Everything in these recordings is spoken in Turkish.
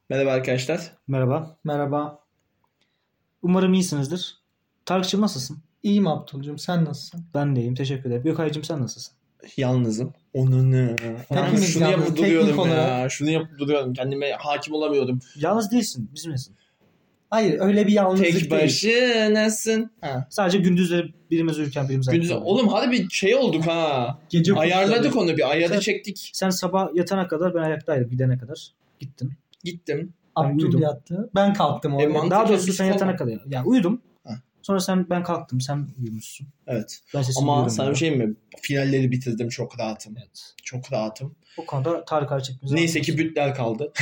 Merhaba arkadaşlar. Merhaba. Merhaba. Umarım iyisinizdir. Tarık'cığım nasılsın? İyiyim Abdulcuğum. Sen nasılsın? Ben de iyiyim. Teşekkür ederim. Gökay'cığım sen nasılsın? Yalnızım. Onu ne? Hepimiz Şunu yalnız, yapıp duruyorum teknik ya. olarak. Şunu yapıp duruyorum. Kendime hakim olamıyorum. Yalnız değilsin. Bizimlesin. Hayır, öyle bir yalnızlık Tek değil. başınasın. Ha. Sadece gündüzleri birimiz uyurken birimiz Gündüz, ayakta. oğlum hadi bir şey olduk ha. Gece Ayarladık onu, bir ayarı Sen- çektik. Sen sabah yatana kadar ben ayaktaydım. Gidene kadar. Gittin. Gittim. Ben Abdul uyudum. yattı. Ben kalktım orada. mantıken Daha doğrusu bir sen şey yatana olmadı. kadar. Yani uyudum. Ha. Sonra ben kalktım. Sen uyumuşsun. Evet. Ben sesini Ama duydum sana ya. bir şey mi? Finalleri bitirdim, çok rahatım. Evet. Çok rahatım. O konuda Tarık Arçelik'imize Neyse ki bütler kaldı.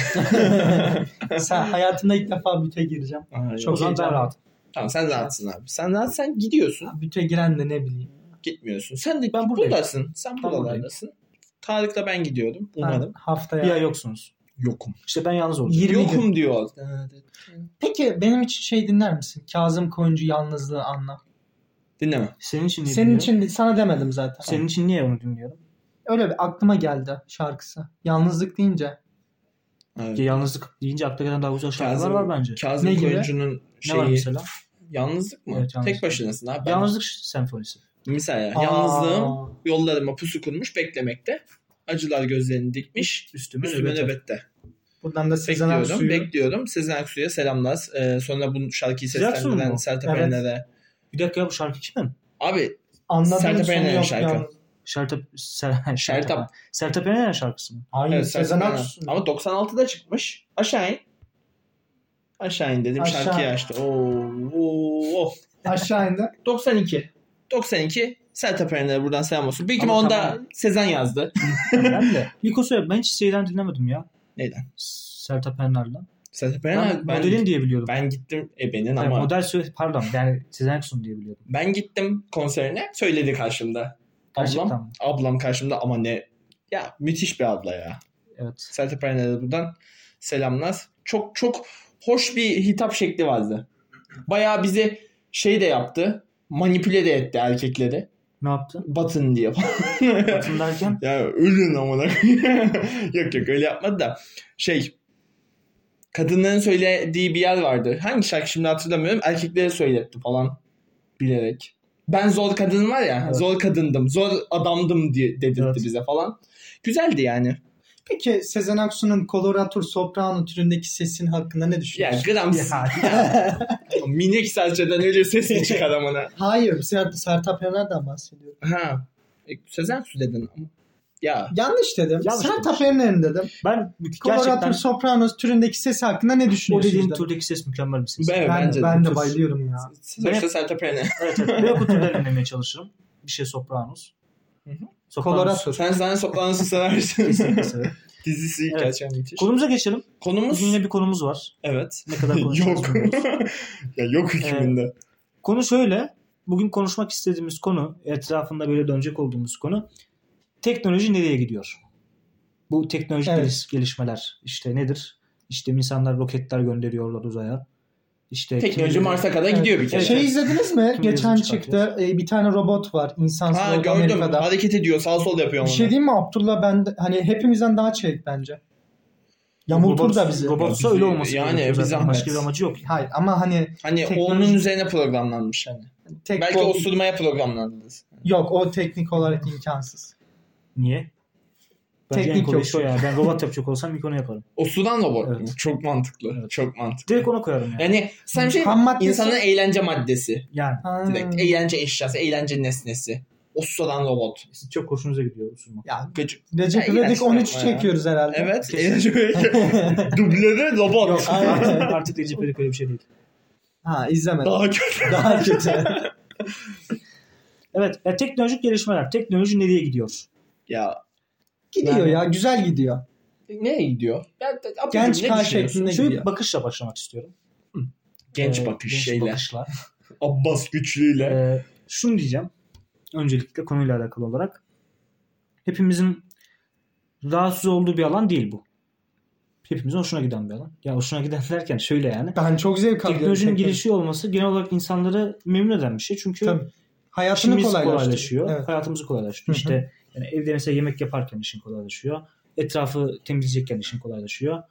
Sen hayatımda ilk defa büte gireceğim. O zaman ben rahatım. Tamam, sen rahatsın abi. Sen rahatsan gidiyorsun. Büte giren de ne bileyim. Gitmiyorsun. Sen de Ben buradayım. buradasın. Sen Ben buralardasın. Tarık'la ben gidiyorum. Ben Umarım. haftaya. Bir ay yoksunuz. Yokum. İşte ben yalnız olacağım. 20 gün. Yokum diyor. Peki benim için şey dinler misin? Kazım Koyuncu Yalnızlığı Anla. Dinleme. Senin için niye Senin dinliyorum? için sana demedim zaten. Senin için niye onu dinliyorum? Öyle bir aklıma geldi şarkısı. Yalnızlık deyince. Evet. Yalnızlık deyince akla gelen daha güzel şarkılar var bence. Kazım Ne gibi? Koyuncu'nun Ne var şeyi. mesela? Yalnızlık mı? Evet, yalnızlık. Tek başınasın abi. Ben, Yalnızlık senfonisi. Mesela Aa. yalnızlığım yollarıma pusu kurmuş beklemekte. Acılar gözlerini dikmiş. Üstüme Üstüme nöbet. nöbette. Buradan da Sezen Bekliyorum. Aksu'yu. Bekliyorum. Sezen Aksu'ya selamlar. Sonra bu şarkıyı Sezen Aksu seslendiren mu? Sertab Evet. Erener'e. Bir dakika ya bu şarkı kimin? Abi Anladığım Sertab sonu Erener'in yok şarkı. yalnız. Sertab. Sertab Erener şarkısı mı? Hayır, Evet, Sezen Sertab Erener. Aksu. Ama 96'da çıkmış. Aşağı in. Aşağı in dedim. Aşağı. Şarkıyı açtı. Oo. Aşağı indi. 92. 92. Sertab Erener'e buradan selam olsun. Büyük Ama ihtimal onda tamam. Sezen yazdı. Ben de. İlk o söyle. Ben hiç şeyden dinlemedim ya. Neyden? Sertab Erener'den. Sertab Ben Erener. modelin diye biliyordum. Ben gittim ebenin Hayır, ama model pardon. Yani Sezen Aksu'nun diye biliyordum. ben gittim konserine, söyledi karşımda. Gerçekten Ablam, mi? ablam karşımda ama ne ya, müthiş bir abla ya. Evet. Sertab Erener'e buradan selamlar. Çok çok hoş bir hitap şekli vardı. Bayağı bize şey de yaptı. Manipüle de etti erkekleri. Ne yaptı? Batın diye. Batın derken? Ya ölün amına. Yok öyle yapmadı da. Kadınların söylediği bir yer vardı. Hangi şarkı şimdi hatırlamıyorum. Erkeklere söyletti falan bilerek. Ben zor kadın var ya. Evet. Zor kadındım. Zor adamdım diye dedirtti Evet. bize falan. Güzeldi yani. Peki Sezen Aksu'nun koloratur soprano türündeki sesin hakkında ne Ya düşünüyorsun? grams. Minik serçeden öyle ses mi çıkar amına? Hayır, Sertab Erener'den bahsediyorum. Ha. Sezen Aksu dedin ama. Ya Yanlış dedim. Yanlış Sertab Erener'in dedim. Ben Koloratur gerçekten soprano türündeki sesi hakkında ne o düşünüyorsunuz? dediğin dedim. türdeki ses mükemmel bir ses. bence Ben de. de bayılıyorum ya. Sonuçta Sertab Erener. Evet. Ben o türden dinlemeye çalışırım. Bir şey Sopranos. Hı hı. Sopranos. Koloratur. Sen zaten Sopranos'u seversin. Kesinlikle severim. Dizisi Evet. gerçekten müthiş. Konumuza geçelim. Konumuz Bugün yine bir konumuz var. evet. Ne kadar konuşacağız Yok. bilmiyoruz. Ya yok hükmünde. Konu şöyle. Bugün konuşmak istediğimiz konu, etrafında böyle dönecek olduğumuz konu, teknoloji nereye gidiyor? Bu teknolojik Evet. gelişmeler işte nedir? İşte insanlar roketler gönderiyorlar uzaya. İşte Teknoloji kimileri- Mars'a kadar gidiyor bir kere. Evet. Şey izlediniz mi? Kim Geçen yazıcı çıktı. Bir tane robot var. İnsansız Ha robot gördüm. Amerika'da. Hareket ediyor. Sağ sol yapıyor Bir onu. şey diyeyim mi Abdullah? Ben de, hani hepimizden daha çevik bence. Yamultur da bizi. Robotsa Bizi- öyle olması yani gerekiyor bir zaten. zahmet. Başka bir amacı yok. Hayır ama hani Hani Teknoloji- onun üzerine programlanmış hani. tek Belki bol- osurmaya programlandı. Yok, o teknik olarak imkansız. Niye? Bence Teknik en kolay yok. şey o yani. Ben robot yapacak olsam ilk onu yaparım. Osuran robot mu? Evet. Çok mantıklı. Evet. Çok mantıklı. Direkt ona koyarım yani. Yani sen şey Ham maddesi- insanın eğlence maddesi. Yani Direkt eğlence eşyası, eğlence nesnesi. Osuran robot. siz çok hoşunuza gidiyor usulma. Ya Gıcık. Recep Ya, İvedik iğrenç 13 yapma ya. çekiyoruz herhalde. Evet. Kesin. Dublede robot. Yok artık Recep İvedik öyle bir şey değil. Ha, izlemedim. Daha kötü. Daha kötü. Evet, teknolojik gelişmeler. Teknoloji nereye gidiyor? Ya Gidiyor Yani- ya, güzel gidiyor. nereye gidiyor? Genç ne kar düşünüyorsun? şeklinde Şöyle bir gidiyor. bakışla başlamak istiyorum. Genç Genç bakışıyla. bakışla. Abbas güçlüyle. Şunu diyeceğim. Öncelikle konuyla alakalı olarak. Hepimizin rahatsız olduğu bir alan değil bu. Hepimizin hoşuna giden bir alan. Ya hoşuna giden derken şöyle yani. Ben çok zevk alıyorum. Teknolojinin teknoloji. gelişiyor olması genel olarak insanları memnun eden bir şey. Çünkü Tabii. Hayatını işimiz kolaylaştırıyor. kolaylaşıyor. Evet. Hayatımızı kolaylaştırıyor. Hı hı. İşte yani evde mesela yemek yaparken işin kolaylaşıyor. Etrafı temizleyecekken işin kolaylaşıyor.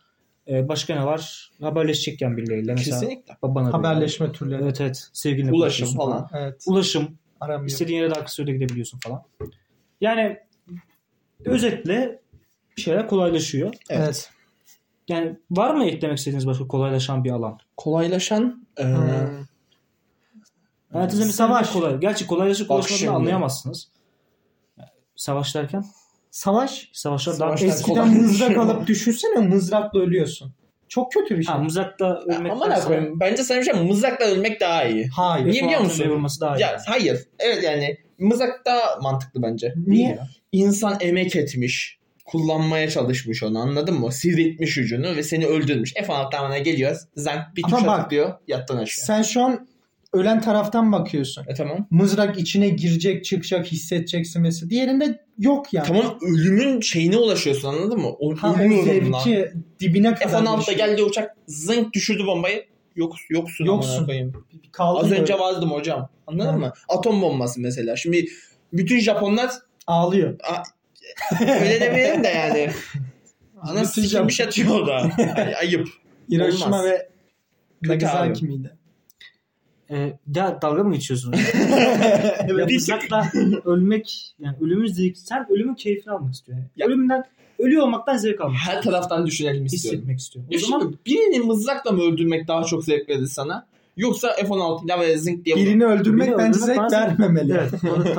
Başka ne var? Haberleşecekken birileriyle. Mesela Kesinlikle. baban arıyor. Haberleşme türleri. Evet evet. Sevgilinle Ulaşım konuşuyorsun falan. Evet. Ulaşım. Aramıyor. İstediğin yere daha kısa sürede gidebiliyorsun falan. Yani özetle bir şeyler kolaylaşıyor. Evet. Yani var mı eklemek istediğiniz başka kolaylaşan bir alan? Kolaylaşan Hayatınızda mesela Savaş. kolay. Gerçi kolaylaşıp Bak kolaylaşmadığını şimdi. anlayamazsınız. Savaş derken? Savaş. Savaşlar daha Savaşlar Eskiden kolay. mızrak alıp düşünsene, mızrakla ölüyorsun. Çok kötü bir şey. Ha, mızrakla ölmek Aman koyayım. Bence sana bir şey mızrakla ölmek daha iyi. Hayır. Niye biliyor musun? Vurması daha iyi. Ya hayır. Evet yani mızrak daha mantıklı bence. Niye? İnsan emek etmiş. Kullanmaya çalışmış onu, anladın mı? Sivriltmiş ucunu ve seni öldürmüş. F-16 tamamına geliyor. Zank bir Ama tuşa bak, tıklıyor. Yattın aşağı. Sen şu an ölen taraftan bakıyorsun. Tamam. Mızrak içine girecek, çıkacak, hissedeceksin mesela. Diğerinde yok yani. Tamam, ölümün şeyine ulaşıyorsun, anladın mı? O Ha, o ölüyorum lan. zevki dibine kadar. F-16'da yaşıyor. geldi uçak, zınk düşürdü bombayı. Yoksun. Yoksun. amına koyayım. Kaldın Az önce böyle. vardım hocam. Anladın Hı. mı? Atom bombası mesela. Şimdi bütün Japonlar Ağlıyor. öyle demeyelim de yani. Ana Bütün sikilmiş atıyor orada. Ayıp. Hiroşima Olmaz. ve Kötü Nagasaki miydi? Ya dalga mı geçiyorsunuz? Evet. Ya mızrakla ölmek, yani ölümün zevki, sen ölümün keyfini almak istiyorsun. Ya. Ölümden, ölüyor olmaktan zevk almak Her taraftan düşünelim istiyorum. hissetmek istiyorum. Ya O zaman şimdi birini mızrakla mı öldürmek daha çok zevk verir sana? Yoksa F-16 ile böyle zınk diye Birini öldürmek Birini bence öldürmek zevk bana- vermemeli. evet, onu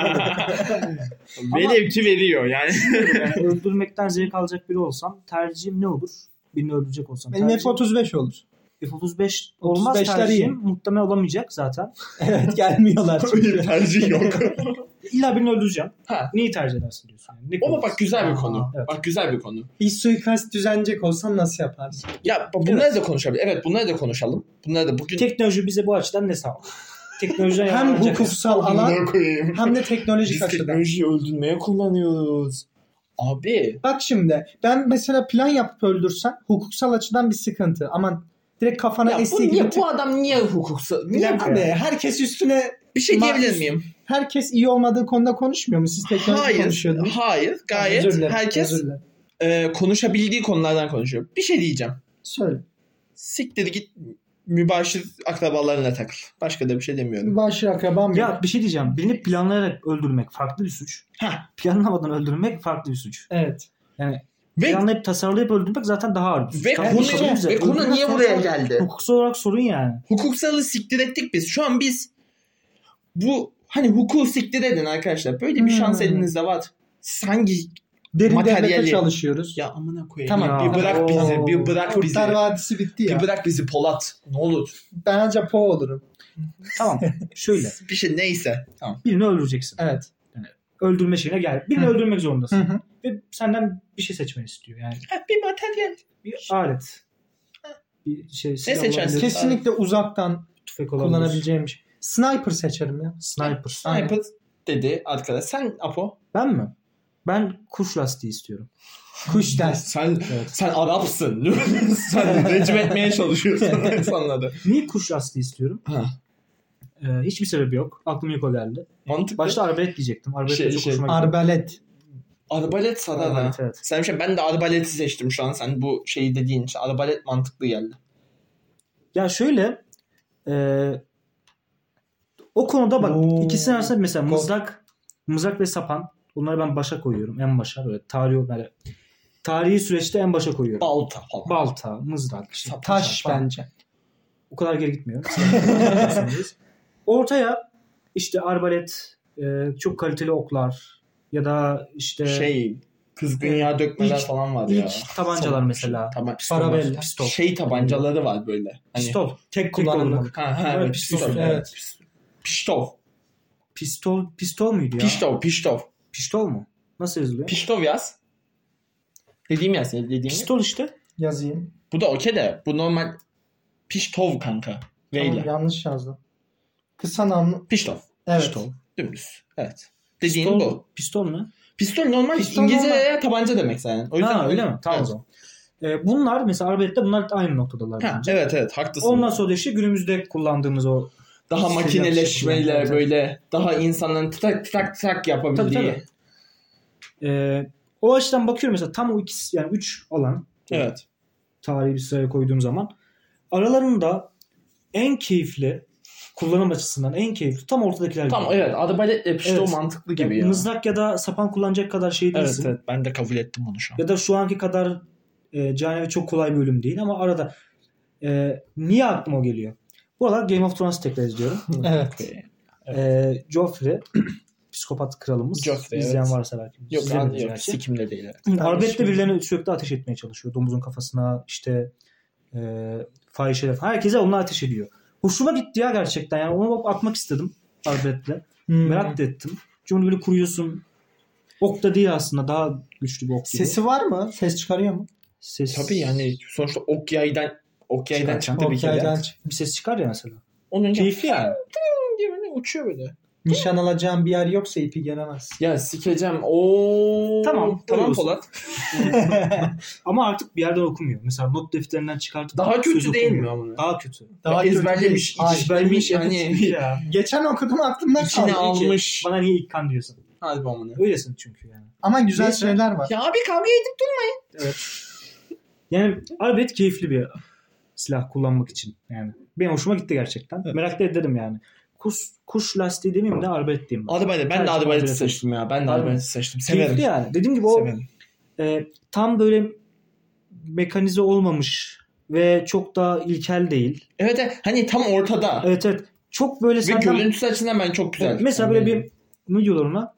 velev ki veriyor yani. yani öldürmekten zevk alacak biri olsam tercihim ne olur? Birini öldürecek olsam. Benim tercihim F-35 olur. F-35 olmaz 35'ler tercihim. iyi. Muhtemelen olamayacak zaten. Evet, gelmiyorlar Öyle çünkü. bir tercih yok. İlla birini öldüreceğim. Ha. Neyi tercih edersin diyorsun? Yani. Ne Ama konusu? bak güzel bir konu. Evet. Bak güzel bir konu. Bir suikast düzenleyecek olsan nasıl yaparsın? Ya bunları da konuşabilir. Evet, bunları da konuşalım. Bunları da bugün Teknoloji bize bu açıdan ne sağlıyor? Teknolojiden Hem yararlanacak. hukuksal alan Amına koyayım. hem de teknolojik Biz açıdan. teknolojiyi öldürmeye kullanıyoruz. Abi. Bak şimdi ben mesela plan yapıp öldürsem hukuksal açıdan bir sıkıntı. Aman direkt kafana Ya estiği gibi bu adam niye hukuksal? Bir dakika be, herkes üstüne Bir şey diyebilir Mahsus- miyim? herkes iyi olmadığı konuda konuşmuyor mu? Siz teknoloji konuşuyordunuz. Hayır. Gayet Özür dilerim, herkes özür dilerim. konuşabildiği konulardan konuşuyor. Bir şey diyeceğim. Söyle. Siktir git mübaşir akrabalarına takıl. Başka da bir şey demiyorum. Başır akrabam Ya bir şey diyeceğim. Birini planlayarak öldürmek farklı bir suç. Ha. Planlamadan öldürmek farklı bir suç. Evet. Yani Ve planlayıp tasarlayıp öldürmek zaten daha ağır bir suç. ve Tamam, konu, kabul güzel. ve konu Öldürmek niye zaten buraya geldi? Hukuksal olarak sorun yani. Hukuksalı siktir ettik biz. Şu an biz bu hani hukuku siktir edin arkadaşlar. Böyle bir şans elinizde var. Hangi Derin devlete materyali- çalışıyoruz. ya amına koyayım. Tamam. Bir bırak Oo. bizi. Bir bırak bizi. Kurtlar Vadisi bitti ya. Bir bırak bizi Polat. Ne olur. Ben ancak Po olurum. Tamam. Şöyle. Bir şey neyse. Tamam. Birini öldüreceksin. Evet. Öldürme şeyine gel. Birini Hı. öldürmek Hı zorundasın. hı. Ve senden bir şey seçmeni istiyor. Yani Bir materyal. bir alet. Bir şey. silah seçersin? olabilir, Kesinlikle uzaktan tüfek olabilir. kullanabileceğim şey. Sniper seçerim ya. Sniper. Sniper dedi arkadaş. Sen Apo. Ben mi? Ben kuş lastiği istiyorum. Kuş ders. Sen Arapsın. Sen rejim etmeye çalışıyorsun insanları. Niye kuş lastiği istiyorum? Ha. Hiçbir sebebi yok. Aklıma ilk o geldi. Mantıklı. Başta arbalet diyecektim. Arbalet de çok hoşuma gitti. Arbalet. Arbalet sarar ha. Arbalet, evet. Sen şey, ben de arbaleti seçtim şu an. Sen bu şeyi dediğin için. Arbalet mantıklı geldi. Ya şöyle o konuda bak Oo. ikisinin arasında mesela Ko- mızrak ve sapan, bunları ben başa koyuyorum. En başa böyle tarihi süreçte en başa koyuyorum. Balta falan. Balta, mızrak, işte, Taş falan. bence. O kadar geri gitmiyorum. Ortaya işte arbalet, çok kaliteli oklar ya da işte Kızgın yağ dökmeler İlk- falan var ya. ilk tabancalar mesela. Parabella. Pistol. Şey tabancaları var böyle. Hani, Pistol. Tek kullanımlık. Ha, Evet, pistol. pistol, evet. Pistol. Pistol muydu ya? Pistol. Pistol mu? Nasıl yazılıyor? Pistol yaz. Dediğim yaz. Dediğim yaz. Pistol işte. Yazayım. Bu da okey de. Bu normal pistol kanka. Tamam, Veyle. yanlış yazdım. Kısa namlı. Pistol. Evet. Pistol. Dümdüz. Evet. Dediğin Pistol, bu. Pistol ne? Pistol normal Pistol İngilizce'de tabanca demek zaten. O yüzden Ha öyle mi? Tamam o Evet. zaman. Bunlar mesela arbalette bunlar aynı noktadalar Ha, bence. evet haklısın. Ondan sonra da işte günümüzde kullandığımız o daha silah makineleşmeyle şekli, evet. böyle daha insanların tık yapabildiği. tabii. O açıdan bakıyorum mesela tam o ikisi yani 3 alan. Evet. tarihi bir sıraya koyduğum zaman aralarında en keyifli, kullanım açısından en keyifli tam ortadakiler Tam gibi. evet. Arbaletle yapıştı o mantıklı gibi ya. Mızrak ya da sapan kullanacak kadar şey değilsin. Evet ben de kabul ettim onu şu an. Ya da şu anki kadar cani ve çok kolay bir ölüm değil ama arada niye aklıma o geliyor? Bu aralar Game of Thrones'u tekrar izliyorum. Evet. Joffrey psikopat kralımız. Joffrey, İzleyen evet. varsa belki. Yok İzlemediniz yok belki. sikimde değil. Evet. Arbaletle birilerini sürekli ateş etmeye çalışıyor. Domuzun kafasına işte fahişeler falan. Herkese onunla ateş ediyor. Hoşuma gitti ya gerçekten. Yani ona atmak istedim arbaletle. Merak da ettim. Çünkü onu böyle kuruyorsun. Ok da değil aslında. Daha güçlü bir ok gibi. Sesi var mı? Ses çıkarıyor mu? Ses. Tabii yani sonuçta ok yaydan çıktı bir kere. Okyaydan Bir ses çıkar ya mesela. Onun Keyifli yani. diye böyle uçuyor böyle. Nişan alacağım bir yer yoksa ipi gelemez. Ya sikeceğim. Oo. Tamam Polat. Ama artık bir yerden okumuyor. Mesela not defterinden çıkartıp Daha kötü söz değil okumuyor. mi ama? Daha kötü. Daha ezberlemiş, kötü değil. ezberlemiş yani. Ya. Geçen okudum aklımda İçine kaldı. almış. Bana niye ilk kan diyorsun? Hadi bana. Öylesin çünkü yani. Ama güzel Neyse. şeyler var. Ya abi kavga edip durma. Evet. Yani arbelet keyifli bir silah kullanmak için yani. Benim hoşuma gitti gerçekten. Evet. Merak da ederim yani. Kuş lastiği demeyeyim de arbelet diyeyim. Ben. Arbalet. Ben de Tercih arbaleti arbaleti. seçtim ya. Ben de Arbalet. arbaleti seçtim. Severim. Keyifli yani. Dediğim gibi o Severim. tam böyle mekanize olmamış ve çok da ilkel değil. Evet hani tam ortada. Evet. Çok böyle Ve senden... görüntüsü açısından ben çok güzel. Evet, mesela böyle bir ne diyorlar ona?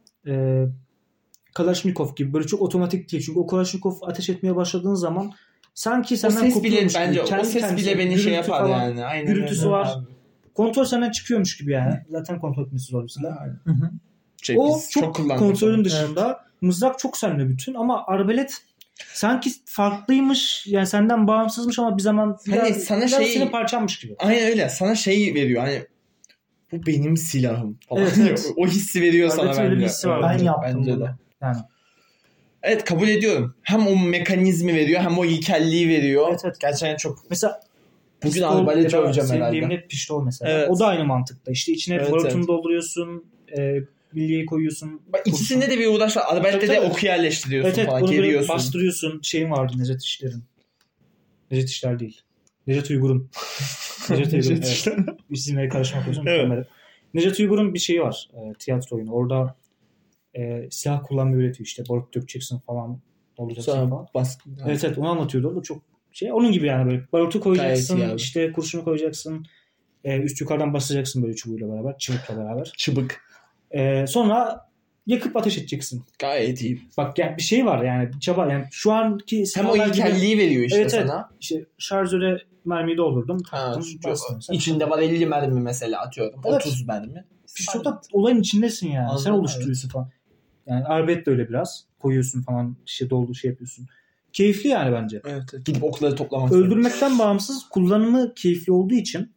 Kalashnikov gibi böyle çok otomatik değil. Çünkü o Kalashnikov ateş etmeye başladığın zaman sanki o senden ses bile kopuyormuş gibi. bence o Kendi ses kendine bile beni gürültü şey yapar falan, yani. Aynen gürültüsü öyle. var. Kontrol senden çıkıyormuş gibi yani. Zaten kontrol etmesi zor bir silah. Aynen. Hı hı. O Biz çok kullandık kontrolün onu. dışında. Mızrak çok seninle bütün ama arbalet sanki farklıymış yani senden bağımsızmış ama bir zaman Hani sana şey- senin parçanmış gibi. Aynen öyle. Sana şey veriyor hani bu benim silahım falan. Evet. O hissi veriyor Arbalet sana öyle bir bence. hissi var. Ben Bence yaptım de. bunu. Yani. Evet kabul ediyorum. Hem o mekanizmi veriyor hem o ilkelliği veriyor. Evet. Gerçekten çok. Mesela Bugün pistol arbalet ya da öveceğim senin herhalde. deyimin hep pistol mesela. Evet. O da aynı mantıkta. İşte içine Evet, barutunu evet. dolduruyorsun. Bilyeyi koyuyorsun. Bak ikisinde de bir uğraş var. Arbalette de Tabii. oku yerleştiriyorsun Evet falan. onu böyle Geriyorsun. bastırıyorsun. Şeyin vardı Necdet İşler'in. Necdet İşler değil. Necdet Uygur'un. Necdet Uygur'un. Evet. İsimleri karışmak olsun. Evet. Necdet Uygur'un bir şeyi var. Tiyatro oyunu. Orada silah kullanmayı öğretiyor işte. Barut dökeceksin falan. Olacaksın falan. Sonra baskı. Evet onu anlatıyordu. O da çok şey. Onun gibi yani böyle. Barutu koyacaksın. Gayet iyi abi. İşte kurşunu koyacaksın. Üst yukarıdan basacaksın böyle çubuğuyla beraber. Çubukla beraber. Çıbık. Sonra yakıp ateş edeceksin. Gayet iyi. Bak yani bir şey var yani bir çaba yani şu anki Hem o silahlar gibi ilkelliği veriyor işte Evet, sana. işte şarjöre mermiyi doldurdum. Ha, Taktım, bastım. Sen içinde var 50 mermi mesela atıyorum. Evet. 30 mermi. pistolda olayın içindesin yani. Anladım, Sen oluşturuyorsun falan. Yani arbet de öyle biraz. Koyuyorsun falan işte doldu şey yapıyorsun. Keyifli yani bence. Evet. Gidip okları toplamak. Öldürmekten bağımsız kullanımı keyifli olduğu için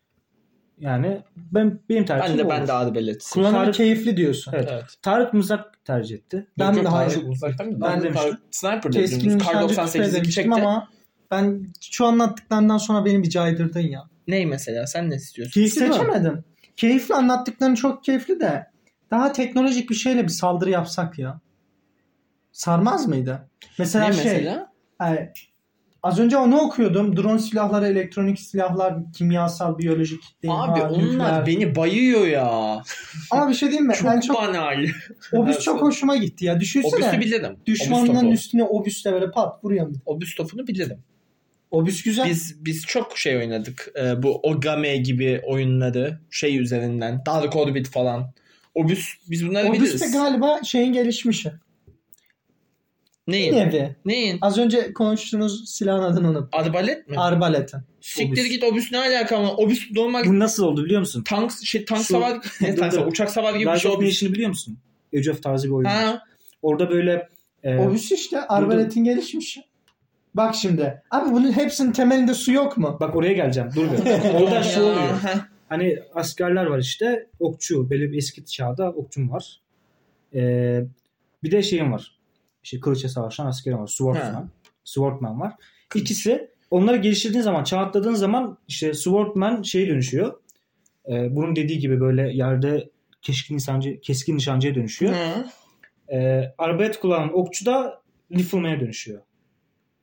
yani benim tercihim Ben olur. de arbalet. Kullanımı Tarık- keyifli diyorsun. Evet. Evet. Tarık mızrak tercih etti. Ben de hayır. hayır. Ben Ben de demiştim. Sniper Keskin dedim. Kar nişancı tüfeği 98'i demiştim çekti. ama ben şu anlattıklarından sonra beni bir caydırdın ya. Ney mesela? Sen ne istiyorsun? Keyifli mi? Seçemedim. Keyifli anlattıkların çok keyifli de daha teknolojik bir şeyle bir saldırı yapsak ya. Sarmaz mıydı? Mesela Ne şey mesela? az önce onu okuyordum. Drone silahları, elektronik silahlar, kimyasal, biyolojik, Abi onlar nükleer. beni bayıyor ya. Ama bir şey diyeyim mi? Ben Çok çok banal. obüs Evet, çok sonra- hoşuma gitti ya. Obüsü Düşünsene. bilirim. Obüs Düşmanların topu. üstüne obüsle böyle pat vuruyor. Obüs topunu bilirim. Obüs güzel. Biz çok şey oynadık. Bu Ogame gibi oyunları şey üzerinden. Dark Orbit falan. Biz bunları Obüs biliriz. de galiba şeyin gelişmişi. Neyin? Nevi. Neyin? Az önce konuştuğunuz silahın adını unuttum. Arbalet mi? Arbaletin. Siktir Obüs. git obüs ne alaka ama obüs normal Bu nasıl oldu biliyor musun? tank Şu- savar ne tank savar? Uçak savar gibi bir Life şey of obüs. Nation'ı biliyor musun? Age of tarzı bir oyun. var. Ha. Orada böyle Obüs işte arbaletin gelişmişi. Bak şimdi. Abi bunun hepsinin temelinde su yok mu? bak oraya geleceğim. Dur bir. Orada şey Ya. oluyor. Hani askerler var işte. Okçu. Belli bir eski çağda okçum var. Bir de şeyim var. İşte kılıçla savaşan askerim var. Swordman var. İkisi onları geliştirdiğin zaman, çağ atladığın zaman işte Swordman şeye dönüşüyor. Bunun dediği gibi böyle yerde keskin nişancıya dönüşüyor. Hı. Arbalet kullanan okçu da rifleman'a dönüşüyor.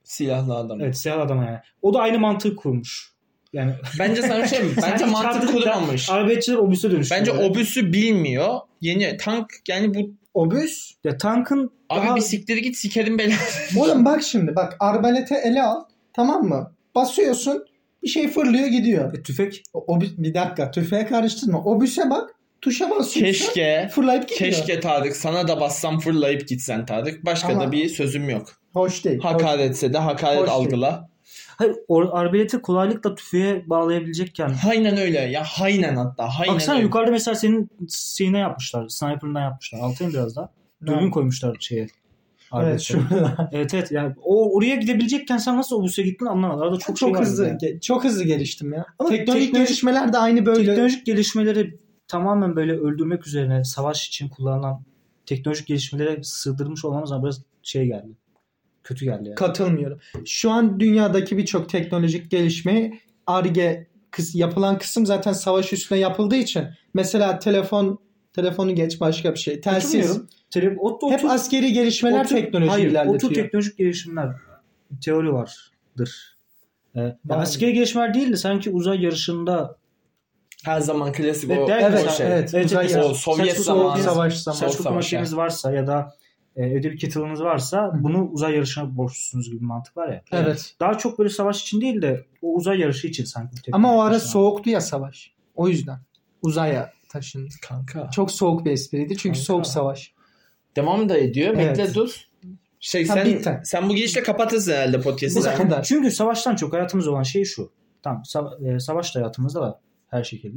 Silahlı adam. Evet, silahlı adama yani. O da aynı mantığı kurmuş. Yani Bence sana bir şey mi? Bence mantık kurmamış. Arbeletçiler obüse dönüştü. Bence obüsü bilmiyor. Yeni tank yani bu Obüs. Ya tankın abi daha... bir siktir git sikerim belanı. Oğlum bak şimdi bak arbalete ele al. Tamam mı? Basıyorsun bir şey fırlıyor gidiyor. Tüfek. Bir dakika tüfeğe karıştırma. Obüse bak tuşa basıyorsun. Keşke Fırlayıp gidiyor. Keşke Tarık sana da bassam fırlayıp gitsen Tarık. Başka Ama da bir sözüm yok. Hoş değil. Hakaretse de hakaret Hoş değil. algıla. Hayır, arbaleti kolaylıkla tüfeğe bağlayabilecekken. Aynen öyle. Ya haynen hatta. Aynen Baksana öyle. yukarıda mesela senin şeyine yapmışlar. Sniper'ından yapmışlar. Altına biraz daha. Dürbün koymuşlar şeye. Evet şurada. Evet yani oraya gidebilecekken sen nasıl obüse gittin anlamadım. Arada çok hızlı yani. çok hızlı geliştim ya. Ama teknolojik gelişmeler de aynı böyle. Teknolojik gelişmeleri tamamen böyle öldürmek üzerine savaş için kullanılan teknolojik gelişmelere sığdırmış olmamız bana biraz şey geldi. Kötü geldi yani. Katılmıyorum. Şu an dünyadaki birçok teknolojik gelişme Ar-Ge yapılan kısım zaten savaş üstüne yapıldığı için mesela telefonu geç başka bir şey. Telsiz. Hep askeri gelişmeler teknoloji ilerletiyor. O tür teknolojik gelişimler teori vardır. Askeri gelişmeler değil de sanki uzay yarışında her zaman klasik o şey. Evet. O Sovyet zamanı. Savaş Selçuk otomatikiniz varsa ya da evde bir kettle'ınız varsa bunu uzay yarışına borçlusunuz gibi bir mantık var ya. Evet. Daha çok böyle savaş için değil de o uzay yarışı için sanki. Ama o ara soğuktu ya savaş. O yüzden uzaya taşındı. Kanka. Çok soğuk bir espriydi çünkü soğuk savaş. Devam da ediyor. Evet. Bekle dur. Sen bu girişle kapatırsın herhalde podcast'ı. Çünkü savaştan çok hayatımız olan şey şu. Tamam savaş da hayatımızda var her şekilde.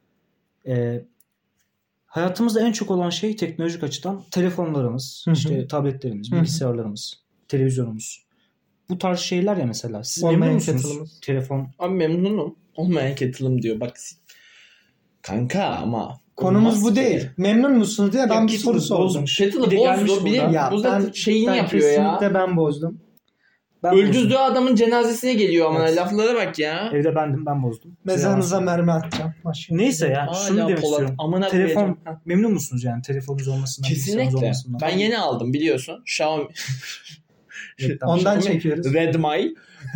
Hayatımızda en çok olan şey teknolojik açıdan telefonlarımız, işte tabletlerimiz, bilgisayarlarımız, televizyonumuz. Bu tarz şeyler ya mesela. Siz memnun musunuz? Telefon. Abi memnunum. Olmayan kettle'ım diyor. Bak kanka ama konumuz bu değil. Ya. Memnun musunuz diye ben bir soru sordum. Kettle'ı bozdu. Bu da şeyini yapıyor ya. Kesinlikle ben bozdum. Öldürdüğü adamın cenazesine geliyor ama laflara bak ya. Evde ben bozdum. Mezarınıza mermi atacağım. Neyse ya şunu demek istiyorum. Telefon memnun musunuz yani telefonunuz olmasından? Kesinlikle. Ben yeni aldım biliyorsun. Xiaomi. Ondan çekiyoruz. Redmi.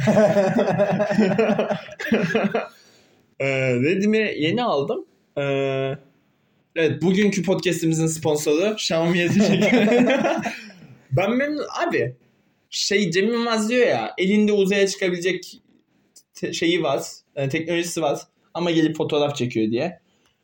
Redmi yeni aldım. Evet bugünkü podcast'imizin sponsoru Xiaomi'ye teşekkür ederim. Ben memnun abi. Cem Yılmaz diyor ya elinde uzaya çıkabilecek şeyi var. Teknolojisi var ama gelip fotoğraf çekiyor diye.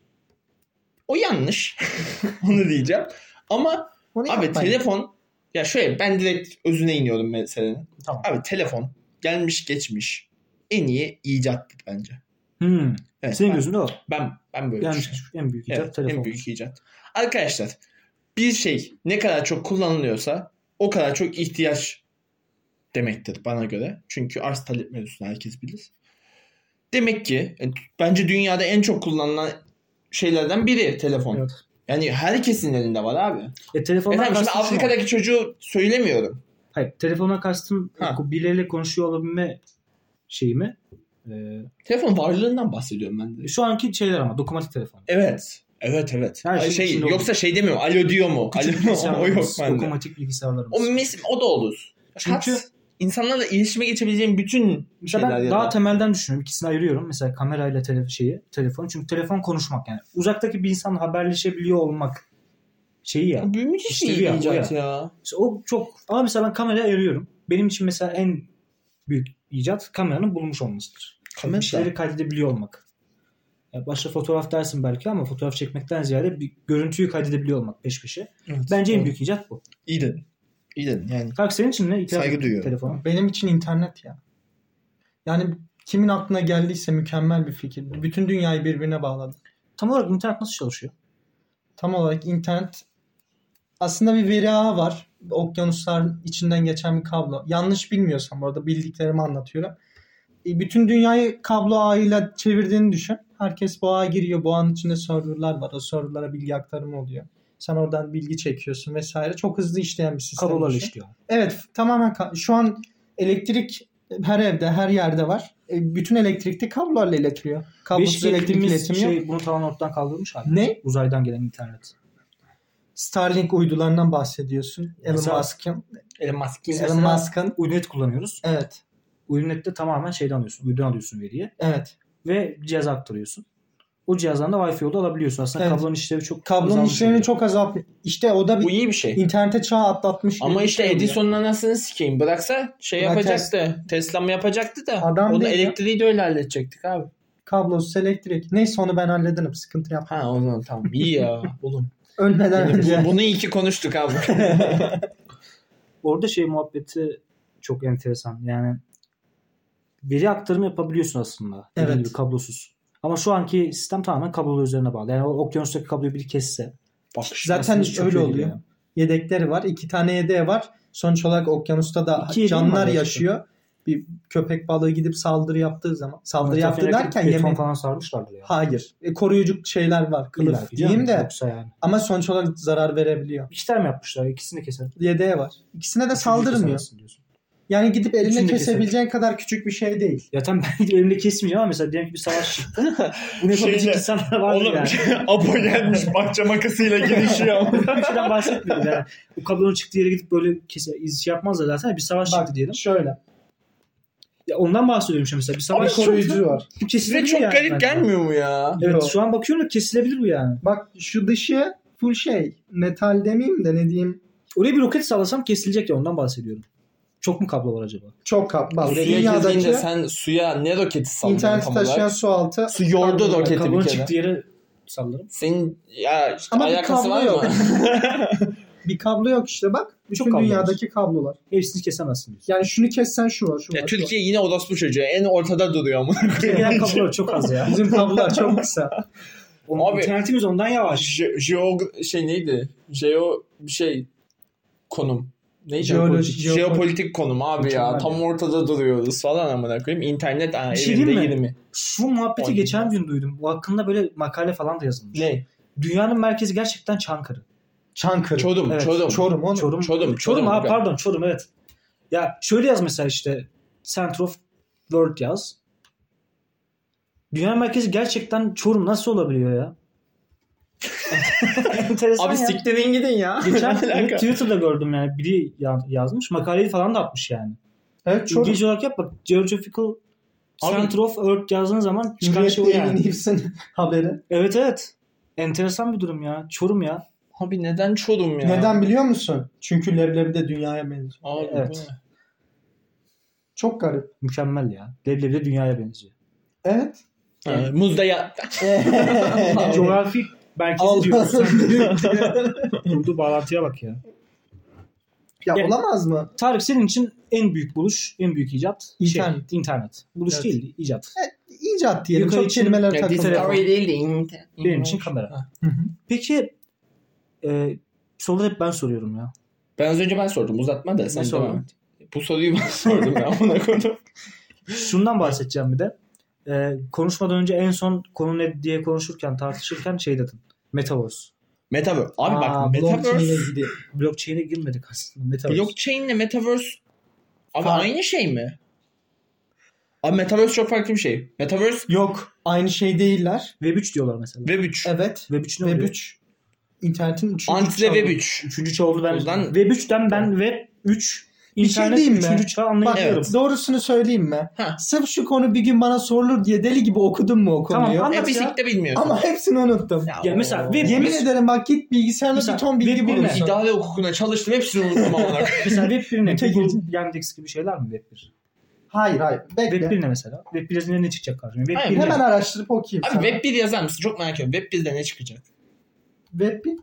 O yanlış. Onu diyeceğim. Ama abi telefon ya şöyle ben direkt özüne iniyorum meselenin. Tamam. Abi telefon gelmiş geçmiş en iyi icat bence. Evet, senin gözünde o. Ben böyle gelmiş en büyük icat telefon. En büyük icat. Arkadaşlar bir şey ne kadar çok kullanılıyorsa o kadar çok ihtiyaç demektir bana göre. Çünkü arz talep mevzusunu herkes bilir. Demek ki bence dünyada en çok kullanılan şeylerden biri telefon. Evet. Yani herkesin elinde var abi. Telefondan şimdi Afrika'daki çocuğu söylemiyorum. Hayır, telefona kastım birileriyle konuşuyor olabilme şeyi mi? Telefon varlığından bahsediyorum ben de. Şu anki şeyler ama dokunmatik telefon. Evet. Yoksa şey demiyorum. Alo diyor mu? O yok bende. Dokunmatik bilgisayarlarımız. O da olur. Çünkü insanlarla iletişime geçebileceğim bütün şeyler. Ben daha temelden düşünüyorum. İkisini ayırıyorum. Mesela kamerayla telefon. Çünkü telefon konuşmak yani. Uzaktaki bir insanla haberleşebiliyor olmak şeyi ya. Müthiş bir icat ya. İşte o çok. Ama mesela ben kamerayı ayırıyorum. Benim için mesela en büyük icat kameranın bulunmuş olmasıdır. Bir şeyleri kaydedebiliyor olmak. Yani başta fotoğraf dersin belki ama fotoğraf çekmekten ziyade bir görüntüyü kaydedebiliyor olmak peş peşe. Evet, bence en büyük icat bu. İyi dedin. Yani. Kalk senin için ne? Saygı duyuyorum. Telefonu. Benim için internet ya. Yani kimin aklına geldiyse mükemmel bir fikir. Bütün dünyayı birbirine bağladı. Tam olarak internet nasıl çalışıyor? Tam olarak internet aslında bir veri ağı var. Okyanusların içinden geçen bir kablo. Yanlış bilmiyorsam orada bildiklerimi anlatıyorum. Bütün dünyayı kablo ağıyla çevirdiğini düşün. Herkes bu ağa giriyor. Bu ağın içinde serverlar var. O serverlara bilgi aktarımı oluyor. Sen oradan bilgi çekiyorsun vesaire. Çok hızlı işleyen bir sistem. Kablolarla işliyor. Evet, tamamen şu an elektrik her evde, her yerde var. Bütün elektrikte kablolarla iletiliyor. Kablosuz elektrik iletimi yok. Bunu tamamen ortadan kaldırmış abi. Ne? Uzaydan gelen internet. Starlink uydularından bahsediyorsun. Mesela- Elon Mesela Musk'ın. Uydunet kullanıyoruz. Evet. Uydunet'te tamamen şeyden alıyorsun. Uydudan alıyorsun veriyi. Evet. Ve cihaza aktarıyorsun. O cihazdan da Wi-Fi yolda alabiliyorsun. Aslında Evet. kablonun işlevi çok Kablonun azalmış işlerini oluyor. çok azaltmış. İşte o da Bu bir iyi bir şey. internete çağ atlatmış. Ama gibi bir işte şey oluyor. Edison'un anasını sikeyim. Bıraksa şey Bırak yapacaktı. Tesla mı yapacaktı da. Adam Onun değil ya. elektriği de öyle halledecektik abi. Kablosuz elektrik. Neyse onu ben hallederim. Sıkıntı yapma. Ha o zaman tamam. İyi ya. Oğlum. Ölmeden önce. Bunu iyi ki konuştuk abi. Orada şey muhabbeti çok enteresan. Yani veri aktarımı yapabiliyorsun aslında. Dediğim Evet. gibi kablosuz. Ama şu anki sistem tamamen kablolu üzerine bağlı. Yani o okyanustaki kabloyu biri kesse. Bak Zaten çok öyle iyi oluyor. ya. Yedekleri var. 2 tane yedeği var. Sonuç olarak okyanusta da İki yedeği canlılar var yaşıyor. Bir köpek balığı gidip saldırı yaptığı zaman. Saldırı yaptı Etrafına derken beton yemin... falan sarmışlardır ya. Hayır. Koruyucu şeyler var. İlla Kılıf ki diyeyim canım, de. Yoksa yani. Ama sonuç olarak zarar verebiliyor. İki tane mi yapmışlar? İkisini keser. Yedeği var. İkisine de Üçüncüyü saldırmıyor. kesemezsin diyorsun. Yani gidip eline Üçünü de kesebileceğin kadar küçük bir şey değil. Ya tamam ben gidip elimde kesmeyeceğim ama mesela diyelim ki bir savaş çıktı. Bunu yapabilecek Şeyde, insanlar vardır Oğlum yani. Apo gelmiş bahçe makasıyla girişiyor. Bir şeyden bahsetmiyorum yani. O kablonun çıktığı yere gidip böyle şey yapmazlar zaten. Bir savaş Bak çıktı diyelim. şöyle. Ya ondan bahsediyorum işte mesela. Bir Bir savaş koruyucu var. Bu Size kesilebilir çok yani garip bence. gelmiyor mu ya? Evet Yok. şu an bakıyorum da kesilebilir bu yani. Bak şu dışı full şey. Metal demeyeyim de ne diyeyim. Oraya bir roket sallasam kesilecek ya ondan bahsediyorum. Çok mu kablo var acaba? Çok bak Suya dünyadaki girdiğinde sen suya ne roketi sallıyorsun interneti tam taşıyan olarak? su altı. Su yordu kablo var. roketi Kablonun bir kere. çıktığı yere sallarım. Senin ya işte Ama bir alakası kablo var yok. mı? Bir kablo yok işte bak. Bütün kablo dünyadaki kablolar. Hepsini kesemezsin diyorsun. Yani şunu kessen şu var. Şu Ya var. şu var. Türkiye yine orospu çocuğu. En ortada duruyor amına Gelen kablolar çok az ya. Bizim kablolar çok kısa. Abi- İnternetimiz ondan yavaş. Şey neydi? Bir şey konum. Neydi? Jeoloji- Jeopolitik konum abi ya. Mükemmel Tam ortada duruyoruz falan amına koyayım. İnternet Bir şey evinde diyeyim mi? 20. Şu muhabbeti Ay. geçen gün duydum. Bu hakkında böyle makale falan da yazılmış. Ne? Dünyanın merkezi gerçekten Çankırı. Çankırı. Çorum, Evet, Çorum. Çorum oğlum. Çorum ha pardon Çorum evet. Ya şöyle yaz mesela işte Center of World yaz. Dünyanın merkezi gerçekten Çorum nasıl olabiliyor ya? Enteresan Abi ya. siktirin gidin ya. Geçen Ne alaka? Twitter'da gördüm yani biri yazmış. Makaleyi falan da atmış yani. Evet Çorum. İngilizce olarak yap bak. Geographical Abi- Center of Earth yazdığın zaman çıkan Hürriyet şey o Daily yani. News'un haberi. Evet. Enteresan bir durum ya. Çorum ya. Abi neden Çorum ya? Neden biliyor musun? Çünkü leblebi de dünyaya benziyor. Abi Evet. Çok garip. Mükemmel ya. Leblebi de dünyaya benziyor. Evet. Muzda ya. Coğrafi merkezi Allah. diyorsun. Kurduğu bağlantıya bak ya. Ya Yani- olamaz mı? Tarık senin için en büyük buluş, en büyük icat İnternet. internet. Buluş Evet. değil, icat. İcat diyelim. Yukarı Çok için- kelimeler Ya, takılıyor. telefon. değil de Benim için kamera. Ha. Hı hı. Peki soruları hep ben soruyorum ya. Ben az önce sordum. Uzatma da sen Ne devam sordun? et. Bu soruyu ben sordum ya. Amına koydum. Şundan bahsedeceğim bir de. Konuşmadan önce en son konu ne diye konuşurken, tartışırken şey dedin. Metaverse. Metaverse. Abi bak blockchain'e Metaverse. gidiyor. Blockchain'e girmedik aslında. Metaverse. Blockchain ile Metaverse abi Fark- aynı şey mi? Abi Metaverse çok farklı bir şey. Metaverse Yok. Aynı şey değiller. Web 3 diyorlar mesela. Web 3. Evet. Web 3 ne Web oluyor? 3. İnternetin 3. Anti de Web 3. Üçüncü çağ oldu ben. O yüzden- Web 3'ten ben Web 3 Bir şey internet diyeyim mi? üçüncü çağ anlayabiliyorum. Evet. Doğrusunu söyleyeyim mi? Ha. Sırf şu konu bir gün bana sorulur diye deli gibi okudum mu o Tamam, konuyu? anlat. Ya ya. fizik de bilmiyorsun. Ama hepsini unuttum. Ya mesela Web Yemin bir- ederim bak git bilgisayarla Mesela bir ton bilgi Web bir ne? bulursun. İdare hukukuna çalıştım. Hepsini unuttum amına koyayım. Mesela Web 1 ne? Öte Google, girdim. Yandex gibi şeyler mi Web 1? Hayır. Web Bekle. 1 ne mesela? Web 1 yazınca ne çıkacak karşıma? Web Hayır, 1 ne? Hemen araştırıp okuyayım Abi sana. Web 1 yazar mısın? Çok merak ediyorum. Web 1'de ne çıkacak? Web 1.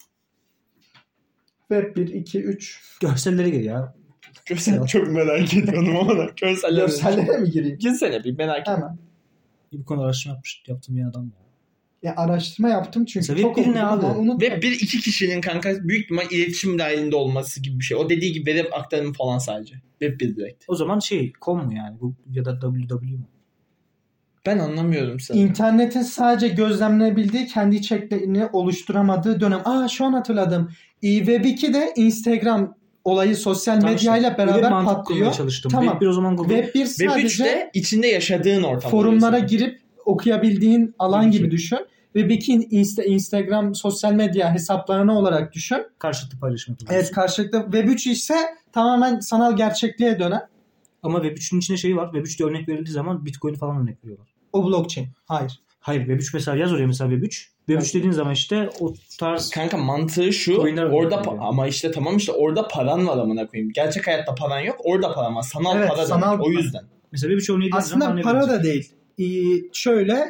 Web 1, 2, 3. Görselleri gir ya. Çok merak ediyorum ama görseller. Görsellere mi gireyim? Girsene bir merak etme. Hemen. Bu konu araştırma yaptım bir adam ya. Ya araştırma yaptım çünkü Mesela çok Web 1 ne okudum ama abi? unuttum. Web 1 iki kişinin kanka büyük ihtimal iletişim dahilinde olması gibi bir şey. O dediği gibi web aktarımı falan sadece. Web 1 direkt. O zaman com mu yani? Bu ya da www mu? Ben anlamıyorum seni. İnternetin sadece gözlemlenebildiği, kendi içeriklerini oluşturamadığı dönem. Şu an hatırladım. Web 2 de Instagram olayı sosyal Tamam medyayla işte. Öyle beraber mantık patlıyor. kurmaya çalıştım. Tamam. Web 1 o zaman Google. Web 1 Web sadece 3'te içinde yaşadığın ortam. forumlara oluyorsun. girip okuyabildiğin alan Gibi gibi ki. düşün. Web2 Instagram sosyal medya hesaplarını olarak düşün. Karşılıklı paylaşım yapıyorsun. Evet, karşılıklı. Web3 ise tamamen sanal gerçekliğe dönen. Ama Web3'ün içinde şey var. Web3'te örnek verildiği zaman Bitcoin falan örnek veriyorlar. O blockchain. Hayır. Hayır, Web3 mesela yaz oraya mesela Web3. Web3 dediğin zaman işte o tarz Kanka mantığı şu. Coinler Orada örnek veriyor. ama işte tamam işte orada paran var amına koyayım. Gerçek hayatta paran yok. Orada paran var. Sanal Evet, para sanal demek. O yüzden. mesela Web3 örneği dediğin zaman Aslında para da değil. Şöyle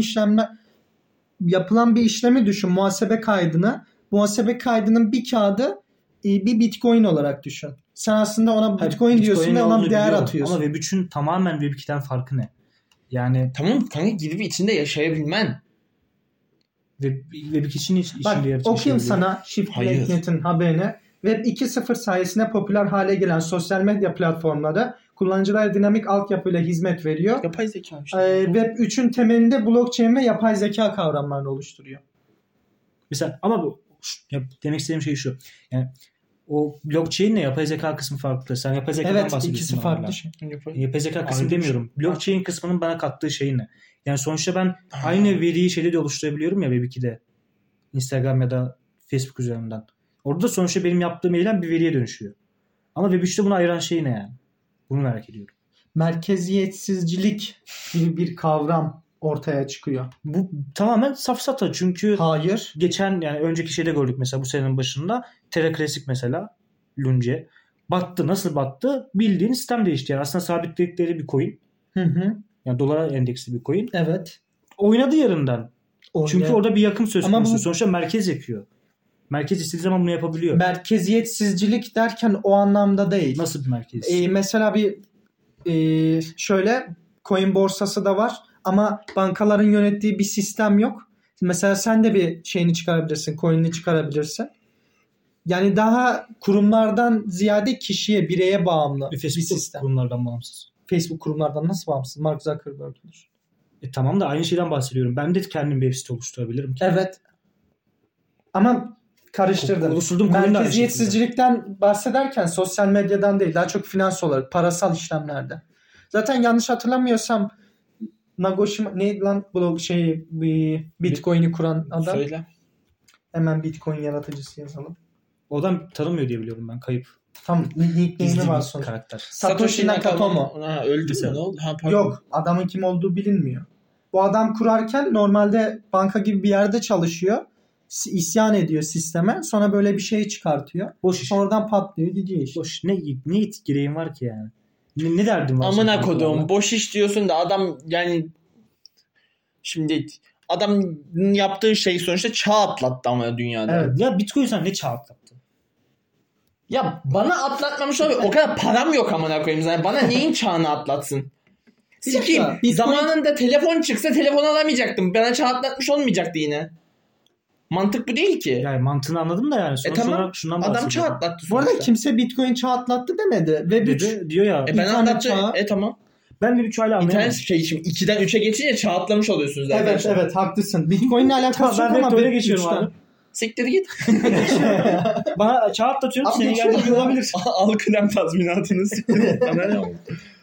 yapılan bir işlemi düşün. Muhasebe kaydını. Muhasebe kaydının bir kağıdı bir Bitcoin olarak düşün. Sen aslında ona Bitcoin diyorsun ve ona bir değer atıyorsun. Ama Web3'ün tamamen Web2'den farkı ne? Yani Tamam kanka gidip içinde yaşayabilmen. Web2 için Bak içinde okuyayım sana Shift.net'in haberini. Web 2.0 sayesinde popüler hale gelen sosyal medya platformları kullanıcılara dinamik altyapıyla hizmet veriyor. Yapay zeka işte. Web 3'ün temelinde blockchain ve yapay zeka kavramlarını oluşturuyor. Mesela ama demek istediğim şey şu. Yani o blockchain ile yapay zeka kısmı farklı. Sen yapay zekadan bahsediyorsun. Evet, ikisi farklı şey. Yapay zeka kısmı Ayrı demiyorum. Blockchain kısmının bana kattığı şey ne? Yani sonuçta ben aynı veriyi şeyde de oluşturabiliyorum ya Web2'de. Instagram ya da Facebook üzerinden. Orada da sonuçta benim yaptığım eylem bir veriye dönüşüyor. Ama Web3'te bunu ayıran şey ne yani? Bunu merak ediyorum. Merkeziyetsizcilik gibi bir kavram ortaya çıkıyor. Bu tamamen safsata çünkü Hayır. geçen yani önceki şeyde gördük mesela bu senenin başında Terra Classic mesela Lunge battı. Nasıl battı? Bildiğin sistem değişti. Yani aslında sabitledikleri bir coin. Hı. Yani dolara endeksli bir coin. Evet. Oynadı yerinden. Çünkü orada bir yakım söz Ama konusu. Sonuçta merkez yakıyor. Merkez istediği zaman bunu yapabiliyor. Merkeziyetsizcilik derken o anlamda değil. Nasıl bir merkez? Mesela bir şöyle coin borsası da var ama bankaların yönettiği bir sistem yok. Mesela sen de bir şeyini çıkarabilirsin, coin'ini çıkarabilirsin. Yani daha kurumlardan ziyade kişiye, bireye bağımlı bir sistem. Kurumlardan bağımsız. Facebook kurumlardan nasıl bağımsız? Mark Zuckerberg'dir. Tamam da aynı şeyden bahsediyorum. Ben de kendim bir web site oluşturabilirim ki. Evet. Ama karıştırdın. Oluşturduğum merkeziyetsizcilikten bahsederken sosyal medyadan değil, daha çok finans olarak, parasal işlemlerde. Zaten yanlış hatırlamıyorsam Nagoshima neydi lan bu Bitcoin'i kuran adam? Söyle. Hemen Bitcoin yaratıcısı yazalım. O adam tanımıyor diye biliyorum ben. Kayıp. Tam nickname'i var sonuçta. Karakter. Satoshi Nakamoto. Ha, öldü mü? Ne oldu? Ha, pardon. Yok, adamın kim olduğu bilinmiyor. Bu adam kurarken normalde banka gibi bir yerde çalışıyor. İsyan ediyor sisteme. Sonra böyle bir şey çıkartıyor. Boş iş. Sonradan patlıyor gidiyor işte. Boş. Ne gereğin var ki yani? Ne derdin var? Amına kodum. Boş iş diyorsun da adam yani şimdi adam yaptığı şey sonuçta çağ atlattı ama dünyada. Evet. Ya Bitcoin sen ne çağ atlattı? Ya bana atlatmamış olabilir. O kadar param yok amına koyayım zaten. Bana neyin çağını atlatsın? Sikiyim. Zamanında telefon çıksa telefon alamayacaktım. Bana çağ atlatmış olmayacaktı yine. Mantık bu değil ki. Yani mantığını anladım da yani. Tamam. Şundan Adam çağ atlattı Bu arada sonuçta. kimse Bitcoin çağ atlattı demedi. Ve dedi, diyor ya. Ben anlattım. Tamam. Ben de bir çağla anlayamadım. İnternet şimdi 2'den 3'e geçince çağ atlamış oluyorsunuz zaten. Evet haklısın. Bitcoin'le alakası ben yok ama vektöre geçiyorum abi. Siktir git. Bana çağ atlatıyorum. Abi Seni geldiği olabilir. Al kıdem tazminatınız. Bana ne oldu?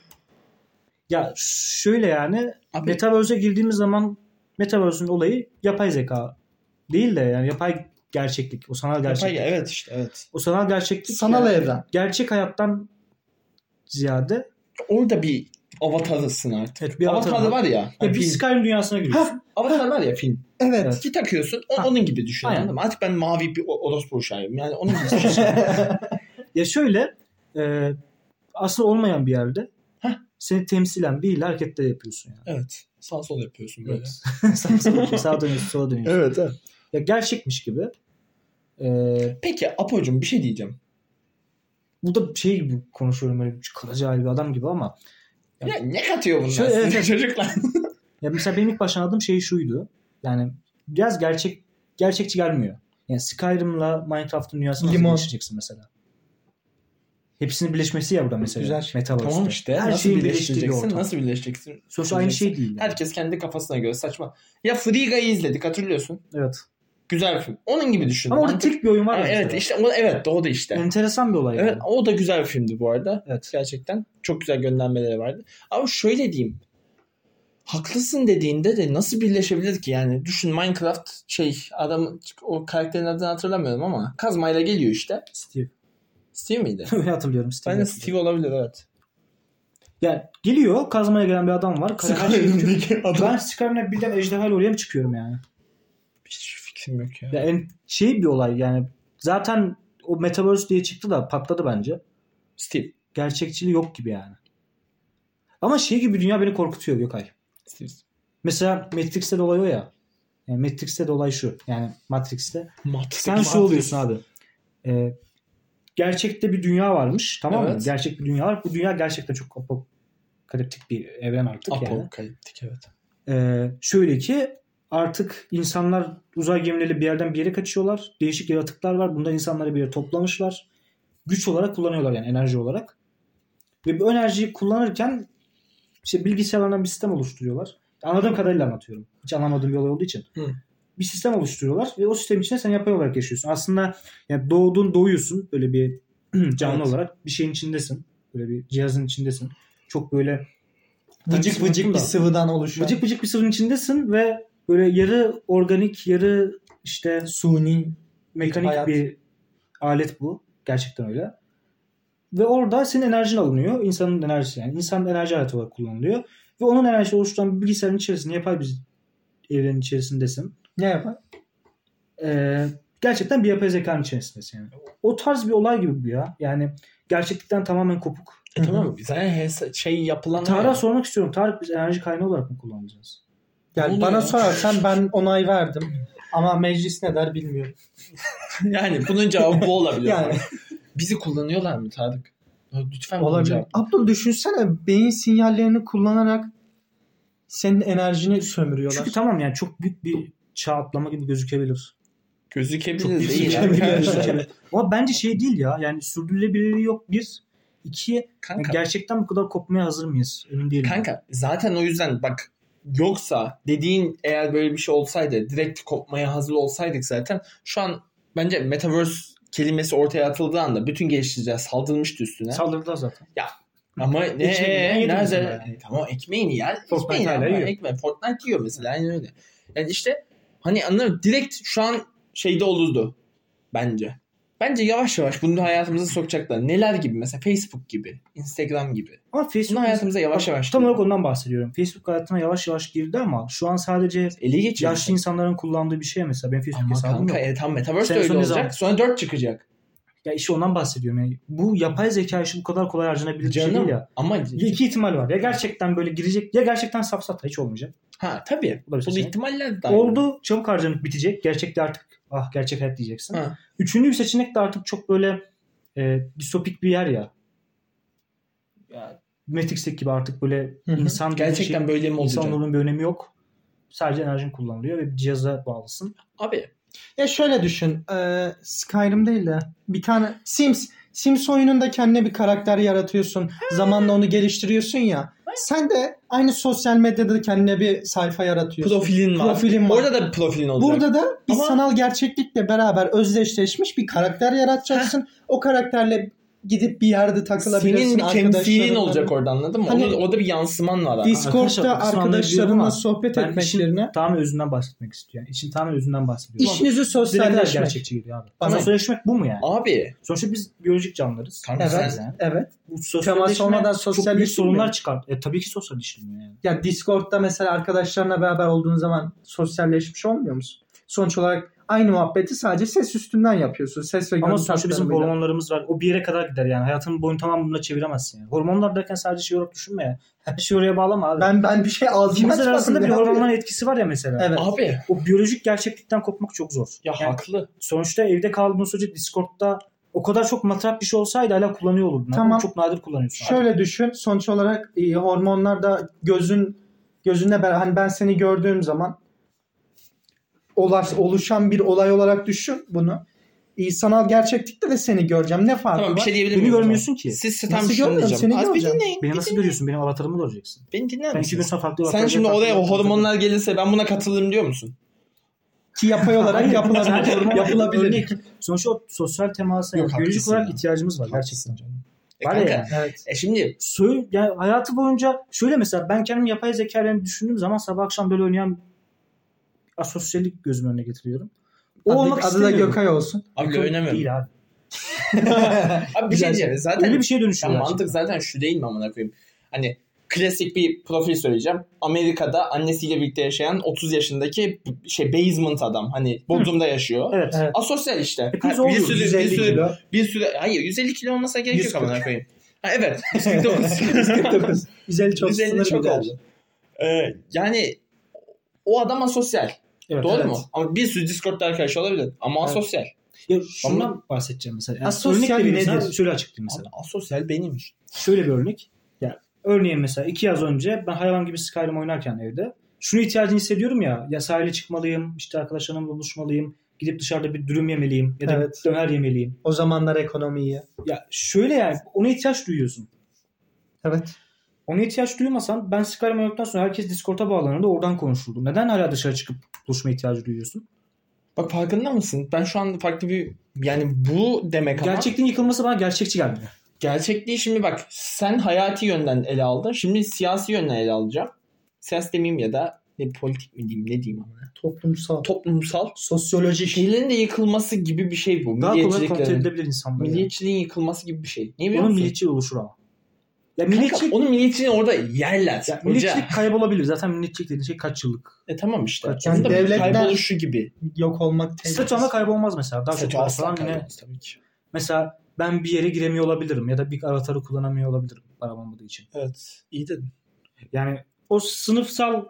Ya şöyle yani Abi- Metaverse'e girdiğimiz zaman Metaverse'ün olayı yapay zeka değil de yani yapay gerçeklik. O sanal gerçeklik. Evet işte evet. O sanal gerçeklik. Sanal yani evren. Gerçek hayattan ziyade Orada bir avatarısın artık. evet, bir Avatar var ya. Ya bir film. Skyrim dünyasına giriyorsun. Avatar var ya film. Evet. Ki takıyorsun. Ha. Onun gibi düşün. Aynen. Anladın mı? Artık ben mavi bir orospu uşağıyım. Yani onun gibi düşün. Ya şöyle aslında olmayan bir yerde seni temsilen biriyle hareketler yapıyorsun yani. Evet. Sağ sol yapıyorsun böyle. Evet. Sağa dönüyorsun, sola dönüyorsun. Evet. Ya gerçekmiş gibi. Peki Apo'cum bir şey diyeceğim. Bu da şey gibi konuşuyorum böyle kalıcı hali bir adam gibi ama Ya ne katıyor bunlar Şöyle, size evet. çocuklar? ya mesela benim ilk başta anladığım şey şuydu. Yani biraz gerçekçi gelmiyor. Yani Skyrim'la Minecraft'ın dünyasını nasıl Limon. birleştireceksin mesela? Hepsinin birleşmesi ya burada mesela. Güzel. Metaverse'te. Tamam işte. Her Nasıl şeyin birleştiği bir birleştireceksin? ortam. Nasıl birleştireceksin? Sonuçta aynı şey değil. Yani. Herkes kendi kafasına göre saçma. Ya Free Guy'ı izledik hatırlıyorsun. Evet. Güzel bir film. Onun gibi düşün. Ama orada tek bir oyun var. Evet mesela. işte o da işte. Enteresan bir olay. Evet yani. o da güzel bir filmdi bu arada. Evet. Gerçekten çok güzel göndermeleri vardı. Ama şöyle diyeyim. haklısın dediğinde de nasıl birleşebilir ki yani? Düşün, Minecraft adam, o karakterin adını hatırlamıyorum ama kazmayla geliyor işte. Steve miydi? Öyle hatırlıyorum. Ben de Steve olabilir, evet. Yani geliyor, kazmaya gelen bir adam var. Skyrim'deki adam. Ben Skyrim'le birden ejderhayla oraya mı çıkıyorum yani? Hiç fikrim yok ya. Yani bir olay yani. Zaten o Metaverse diye çıktı da patladı bence. Steve. Gerçekçiliği yok gibi yani. Ama gibi dünya beni korkutuyor Gökay. Steve. Mesela Matrix'te de olay o ya. Yani Matrix'te de olay şu. Yani Matrix'te. Sen Matrix. oluyorsun abi. Gerçekte bir dünya varmış. Tamam mı? Gerçek bir dünya var. Bu dünya gerçekten çok apokaliptik bir evren artık yani. Apokaliptik, evet. Şöyle ki artık insanlar uzay gemileriyle bir yerden bir yere kaçıyorlar. Değişik yaratıklar var. Bundan insanları bir yere toplamışlar. Güç olarak kullanıyorlar yani, enerji olarak. Ve bu enerjiyi kullanırken bilgisayarlardan bir sistem oluşturuyorlar. Anladığım kadarıyla anlatıyorum. Hiç anlamadığım bir olay olduğu için. Bir sistem oluşturuyorlar ve o sistem içinde sen yapay olarak yaşıyorsun. Aslında yani doğuyorsun böyle bir canlı olarak bir şeyin içindesin. Böyle bir cihazın içindesin. Çok böyle vıcık bir sıvıdan oluşan. Vıcık bir sıvının içindesin ve böyle yarı organik, yarı suni, mekanik bir alet bu. Gerçekten öyle. Ve orada senin enerjin alınıyor. İnsanın enerjisi yani. İnsanın enerji aleti olarak kullanılıyor. Ve onun enerjisi oluşturan bir bilgisayarın içerisinde, yapay bir evrenin içerisindesin. Ne yapar? Gerçekten bir yapay zekanın içerisindesin yani. O tarz bir olay gibi bu ya. Yani gerçeklikten tamamen kopuk. Tamam mı? Yapılan... Tarık'a sormak istiyorum. Tarık, biz enerji kaynağı olarak mı kullanacağız? Yani bana sorarsan ben onay verdim. Ama meclis ne der bilmiyorum. Yani bunun cevabı bu olabilir. Yani. Bizi kullanıyorlar mı Tarık? Lütfen olabilir. Abdul, düşünsene, beyin sinyallerini kullanarak senin enerjini sömürüyorlar. Çünkü tamam yani çok büyük bir çağ atlama gibi gözükebilir. Gözükebilir değil. Yani. Ama bence değil ya. Yani sürdürülebilirliği yok. 1, 2 yani gerçekten bu kadar kopmaya hazır mıyız? Emin değilim. Kanka zaten o yüzden bak, yoksa dediğin, eğer böyle bir şey olsaydı, direkt kopmaya hazır olsaydık zaten şu an bence Metaverse kelimesi ortaya atıldığı anda bütün geliştiriciler saldırmıştı üstüne. Saldırdılar zaten. Ya ama nerede? Tamam, ekmeğini yer. Fortnite yiyor mesela. Aynen öyle. Yani hani anladın, direkt şu an olurdu bence. Bence yavaş yavaş bunu hayatımıza sokacaklar. Neler gibi? Mesela Facebook gibi, Instagram gibi. Ama Facebook hayatımıza yavaş yavaş tam olarak ondan bahsediyorum. Facebook hayatına yavaş yavaş girdi ama şu an sadece yaşlı insanların kullandığı bir şey mesela. Ben Facebook hesabım yok. Tam Metaverse öyle olacak. Sonra 4 çıkacak. Ya ondan bahsediyorum. Yani bu yapay zeka işi bu kadar kolay harcanabilir bir şey değil ya. Ama iki ihtimal var. Ya gerçekten böyle girecek, ya gerçekten safsata hiç olmayacak. Ha tabii. Bu ihtimaller de oldu. Çabuk harcanıp bitecek. Gerçekte artık gerçek hayat diyeceksin. Üçüncü bir seçenek de artık çok böyle distopik bir yer ya. Matrix'teki gibi artık böyle insan gerçekten böyle mi olacak? İnsanlığın bir önemi yok. Sadece enerjin kullanılıyor ve bir cihaza bağlısın. Abi ya şöyle düşün. Skyrim değil de bir tane Sims oyununda kendine bir karakter yaratıyorsun. Zamanla onu geliştiriyorsun ya. Sen de aynı sosyal medyada kendine bir sayfa yaratıyorsun. Profilin var. Orada da bir profilin olacak. Burada da bir sanal gerçeklikle beraber özdeşleşmiş bir karakter yaratacaksın. O karakterle gidip bir yerde takılabilirsin. Senin bir temsilin olacak orada, anladın mı? Hani, orada bir yansıman var. Discord'da arkadaşlarımla sohbet etmeklerine. Tamamen özünden bahsetmek istiyor. Yani işin tamamen özünden bahsediyor. İşinizi sosyalleşmek. Gerçekçi geliyor abi. Sosyalleşmek bu mu yani? Abi. Sonuçta biz biyolojik canlılarız. Evet. Bu temas olmadan çok büyük sorunlar çıkar. Tabii ki sosyalleşmiyor yani. Ya Discord'da mesela arkadaşlarına beraber olduğun zaman sosyalleşmiş olmuyor musun? Sonuç olarak aynı muhabbeti sadece ses üstünden yapıyorsun. Ses ve ama sonuçta bizim hormonlarımız var. O bir yere kadar gider yani. Hayatının boyunu tamamını çeviremezsin yani. Hormonlar derken sadece şey olarak düşünme ya. Her şey oraya bağlama abi. Ben bir şey ağzıma arasında bir hormonların etkisi var ya mesela. Evet. Abi. O biyolojik gerçeklikten kopmak çok zor. Ya yani, haklı. Sonuçta evde kaldığın sürece Discord'da o kadar çok matrap bir şey olsaydı hala kullanıyor olurdun. Tamam. Çok nadir kullanıyorsun. Şöyle düşün. Sonuç olarak hormonlar da gözünle beraber, hani ben seni gördüğüm zaman oluşan bir olay olarak düşün bunu. Sanal gerçeklikte de seni göreceğim. Ne farkı var? Bir şey diyebilir miyim? Beni görmüyorsun ki. Siz tam bir şey anlayacağım. Seni göreceğim. Beni nasıl görüyorsun? Benim avatarımı göreceksin. Beni dinler misin? Sen şimdi oraya o hormonlar gelirse ben buna katılırım diyor musun? Ki yapay olarak yapılabilir. Sonuçta o sosyal temasa biyolojik olarak ihtiyacımız var gerçekten. Var Kanka, ya. Evet. Şimdi Yani hayatı boyunca şöyle mesela ben kendim yapay zekayla düşündüğüm zaman sabah akşam böyle oynayan asosyallik gözümün önüne getiriyorum. O olmak Adı da istemiyorum. Gökay olsun. abi oynamıyorum. Değil abi. Abi bir şey diyeceğim. Zaten Öyle bir şeye dönüşüyor. mantık zaten şu değil mi amına koyayım? Hani klasik bir profil söyleyeceğim. Amerika'da annesiyle birlikte yaşayan 30 yaşındaki basement adam. Hani Bodrum'da yaşıyor. Evet. Evet. Asosyal işte. Hepimiz bir oluyoruz. sürü, 150 bir sürü, kilo. bir sürü, hayır 150 kilo olmasa gerek yok 140. amına koyayım. Ha, evet. 149. 149. 150 çok 150 sınır çok bir oldu. Yani o adam asosyal. Evet, Doğru evet. mu? Ama bir sürü Discord'da arkadaş olabilir. Ama Evet. asosyal. Ya şundan bahsedeceğim mesela. Yani Asosyal örnek vereyim nedir? sana, şöyle açıklayayım mesela. Abi, asosyal benim işte. Şöyle bir örnek. Ya örneğin mesela 2 yaz önce ben hayvan gibi Skyrim oynarken evde şunu ihtiyacını hissediyorum ya sahile çıkmalıyım, işte arkadaşlarımla buluşmalıyım, gidip dışarıda bir dürüm yemeliyim ya da Evet. bir döner yemeliyim. O zamanlar ekonomiyi. Ya şöyle yani ona ihtiyaç duyuyorsun. Evet. Ona ihtiyaç duymasan ben Skyrim oynadıktan sonra herkes Discord'a bağlanırdı oradan konuşurdu. Neden hala dışarı çıkıp buluşma ihtiyacı duyuyorsun? Bak farkında mısın? Ben şu an farklı bir yani bu demek ama Gerçekliğin yıkılması bana gerçekçi gelmiyor. gerçekliği şimdi bak sen hayati yönden ele aldın. Şimdi siyasi yönden ele alacağım. Siyasi demeyeyim ya da politik mi diyeyim ne diyeyim ama. Toplumsal. Toplumsal Sosyolojik. şeylerin de yıkılması gibi bir şey bu. Daha kolay kontrol Milliyetçiliklerin. edilebilir insanlar. Yani. Milliyetçiliğin yıkılması gibi bir şey. Niye biliyor Onun musun? milliyetçiliği oluşur ama. Ya Kanka, milliyetçilik, onun milliyetçiliğini orada yerler. ya Hoca. milliyetçilik kaybolabilir. Zaten milliyetçilik dediğin şey kaç yıllık. Tamam işte. Yani Yani devletler- kayboluşu gibi. Yok olmak Statü ama kaybolmaz mesela. Daha çok Statü asla falan yine. kaybolmaz tabii ki. Mesela ben bir yere giremiyor olabilirim ya da bir avatarı kullanamıyor olabilirim param olmadığı için. Evet. İyi dedin. Yani o sınıfsal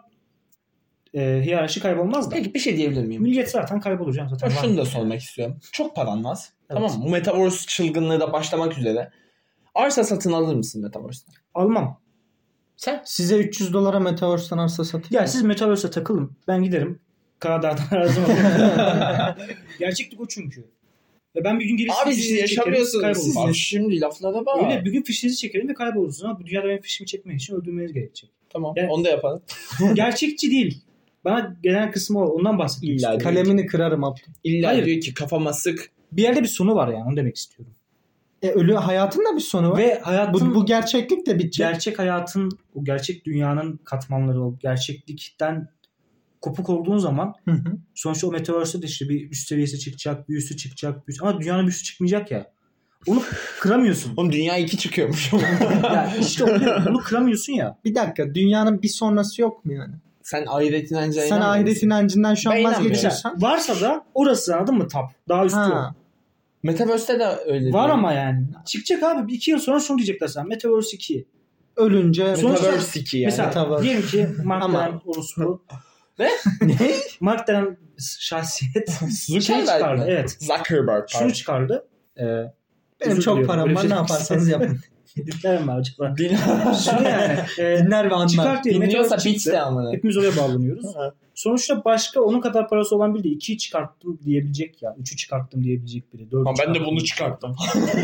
hiyerarşi kaybolmaz da. Peki bir şey diyebilir miyim? Milliyet zaten kaybolur canım zaten. Ben var. şunu da sormak istiyorum. Çok paran var. Evet. Tamam mı? Metaverse çılgınlığı da başlamak üzere. Arsa satın alır mısın Metaverse'den? Almam. Sen? Size $300 Metaverse'den arsa satayım. Ya siz Metaverse'e takılın. Ben giderim. Karadağ'dan arazim alırım. Gerçeklik o çünkü. Ve ben bir gün gelip Abi siz fişinizi yaşamıyorsunuz. kaybolursunuz. Abi şimdi laflara bak. Öyle bir gün fişinizi çekerim ve kaybolursunuz ama bu dünyada benim fişimi çekmek için öldürmeniz gerekecek. Tamam. Yani- Onu da yapalım. Gerçekçi değil. Bana gelen kısmı o. Ondan bahsetmek İlla istiyorum. Kalemini kırarım Abdü. İlla Hayır. diyor ki kafama sık. Bir yerde bir sonu var yani onu demek istiyorum. Ölü hayatın da bir sonu var. Ve hayatın Bu gerçeklik de bitecek. gerçek hayatın, o gerçek dünyanın katmanları, o gerçeklikten kopuk olduğun zaman Hı hı. sonuçta o Metaverse'de de işte bir üst seviyesi çıkacak, bir üstü çıkacak, bir üstü... ama dünyanın bir üstü çıkmayacak ya. Onu kıramıyorsun. Oğlum dünya 2 çıkıyormuş. Ya işte onu kıramıyorsun ya. Bir dakika, dünyanın bir sonrası yok mu yani? Sen ahiret inancına Sen inanmıyor ahiret musun? inancından şu an Ben inanmıyorum. vazgeçirsen. Varsa da orası anladın mı tap? Daha üstü. Ha. Metaverse'de de öyle Var değil. ama yani. Çıkacak abi. 2 yıl sonra şunu diyecekler sana. Metaverse 2. Ölünce Sonuçta- Metaverse 2 yani. Mesela Metaverse. diyelim ki Mark Ama- denen orospu. Ne? Mark denen şahsiyet şey Zuckerberg çıkardı. mi? Evet. Zuckerberg. Şunu çıkardı. benim Özür çok diliyorum, param öyle var, bir ne şey yaparsanız yapın. Dinler mi acaba? Din- Şunu yani. Dinler ve anlar. Çıkart diye Dinliyorsa Metaverse bitch de çıktı. amına. Hepimiz oraya bağlanıyoruz. Sonuçta başka onun kadar parası olan biri de 2'yi çıkarttım diyebilecek ya. 3'ü çıkarttım diyebilecek biri. 4'ü Ama ben de bunu çıkarttım.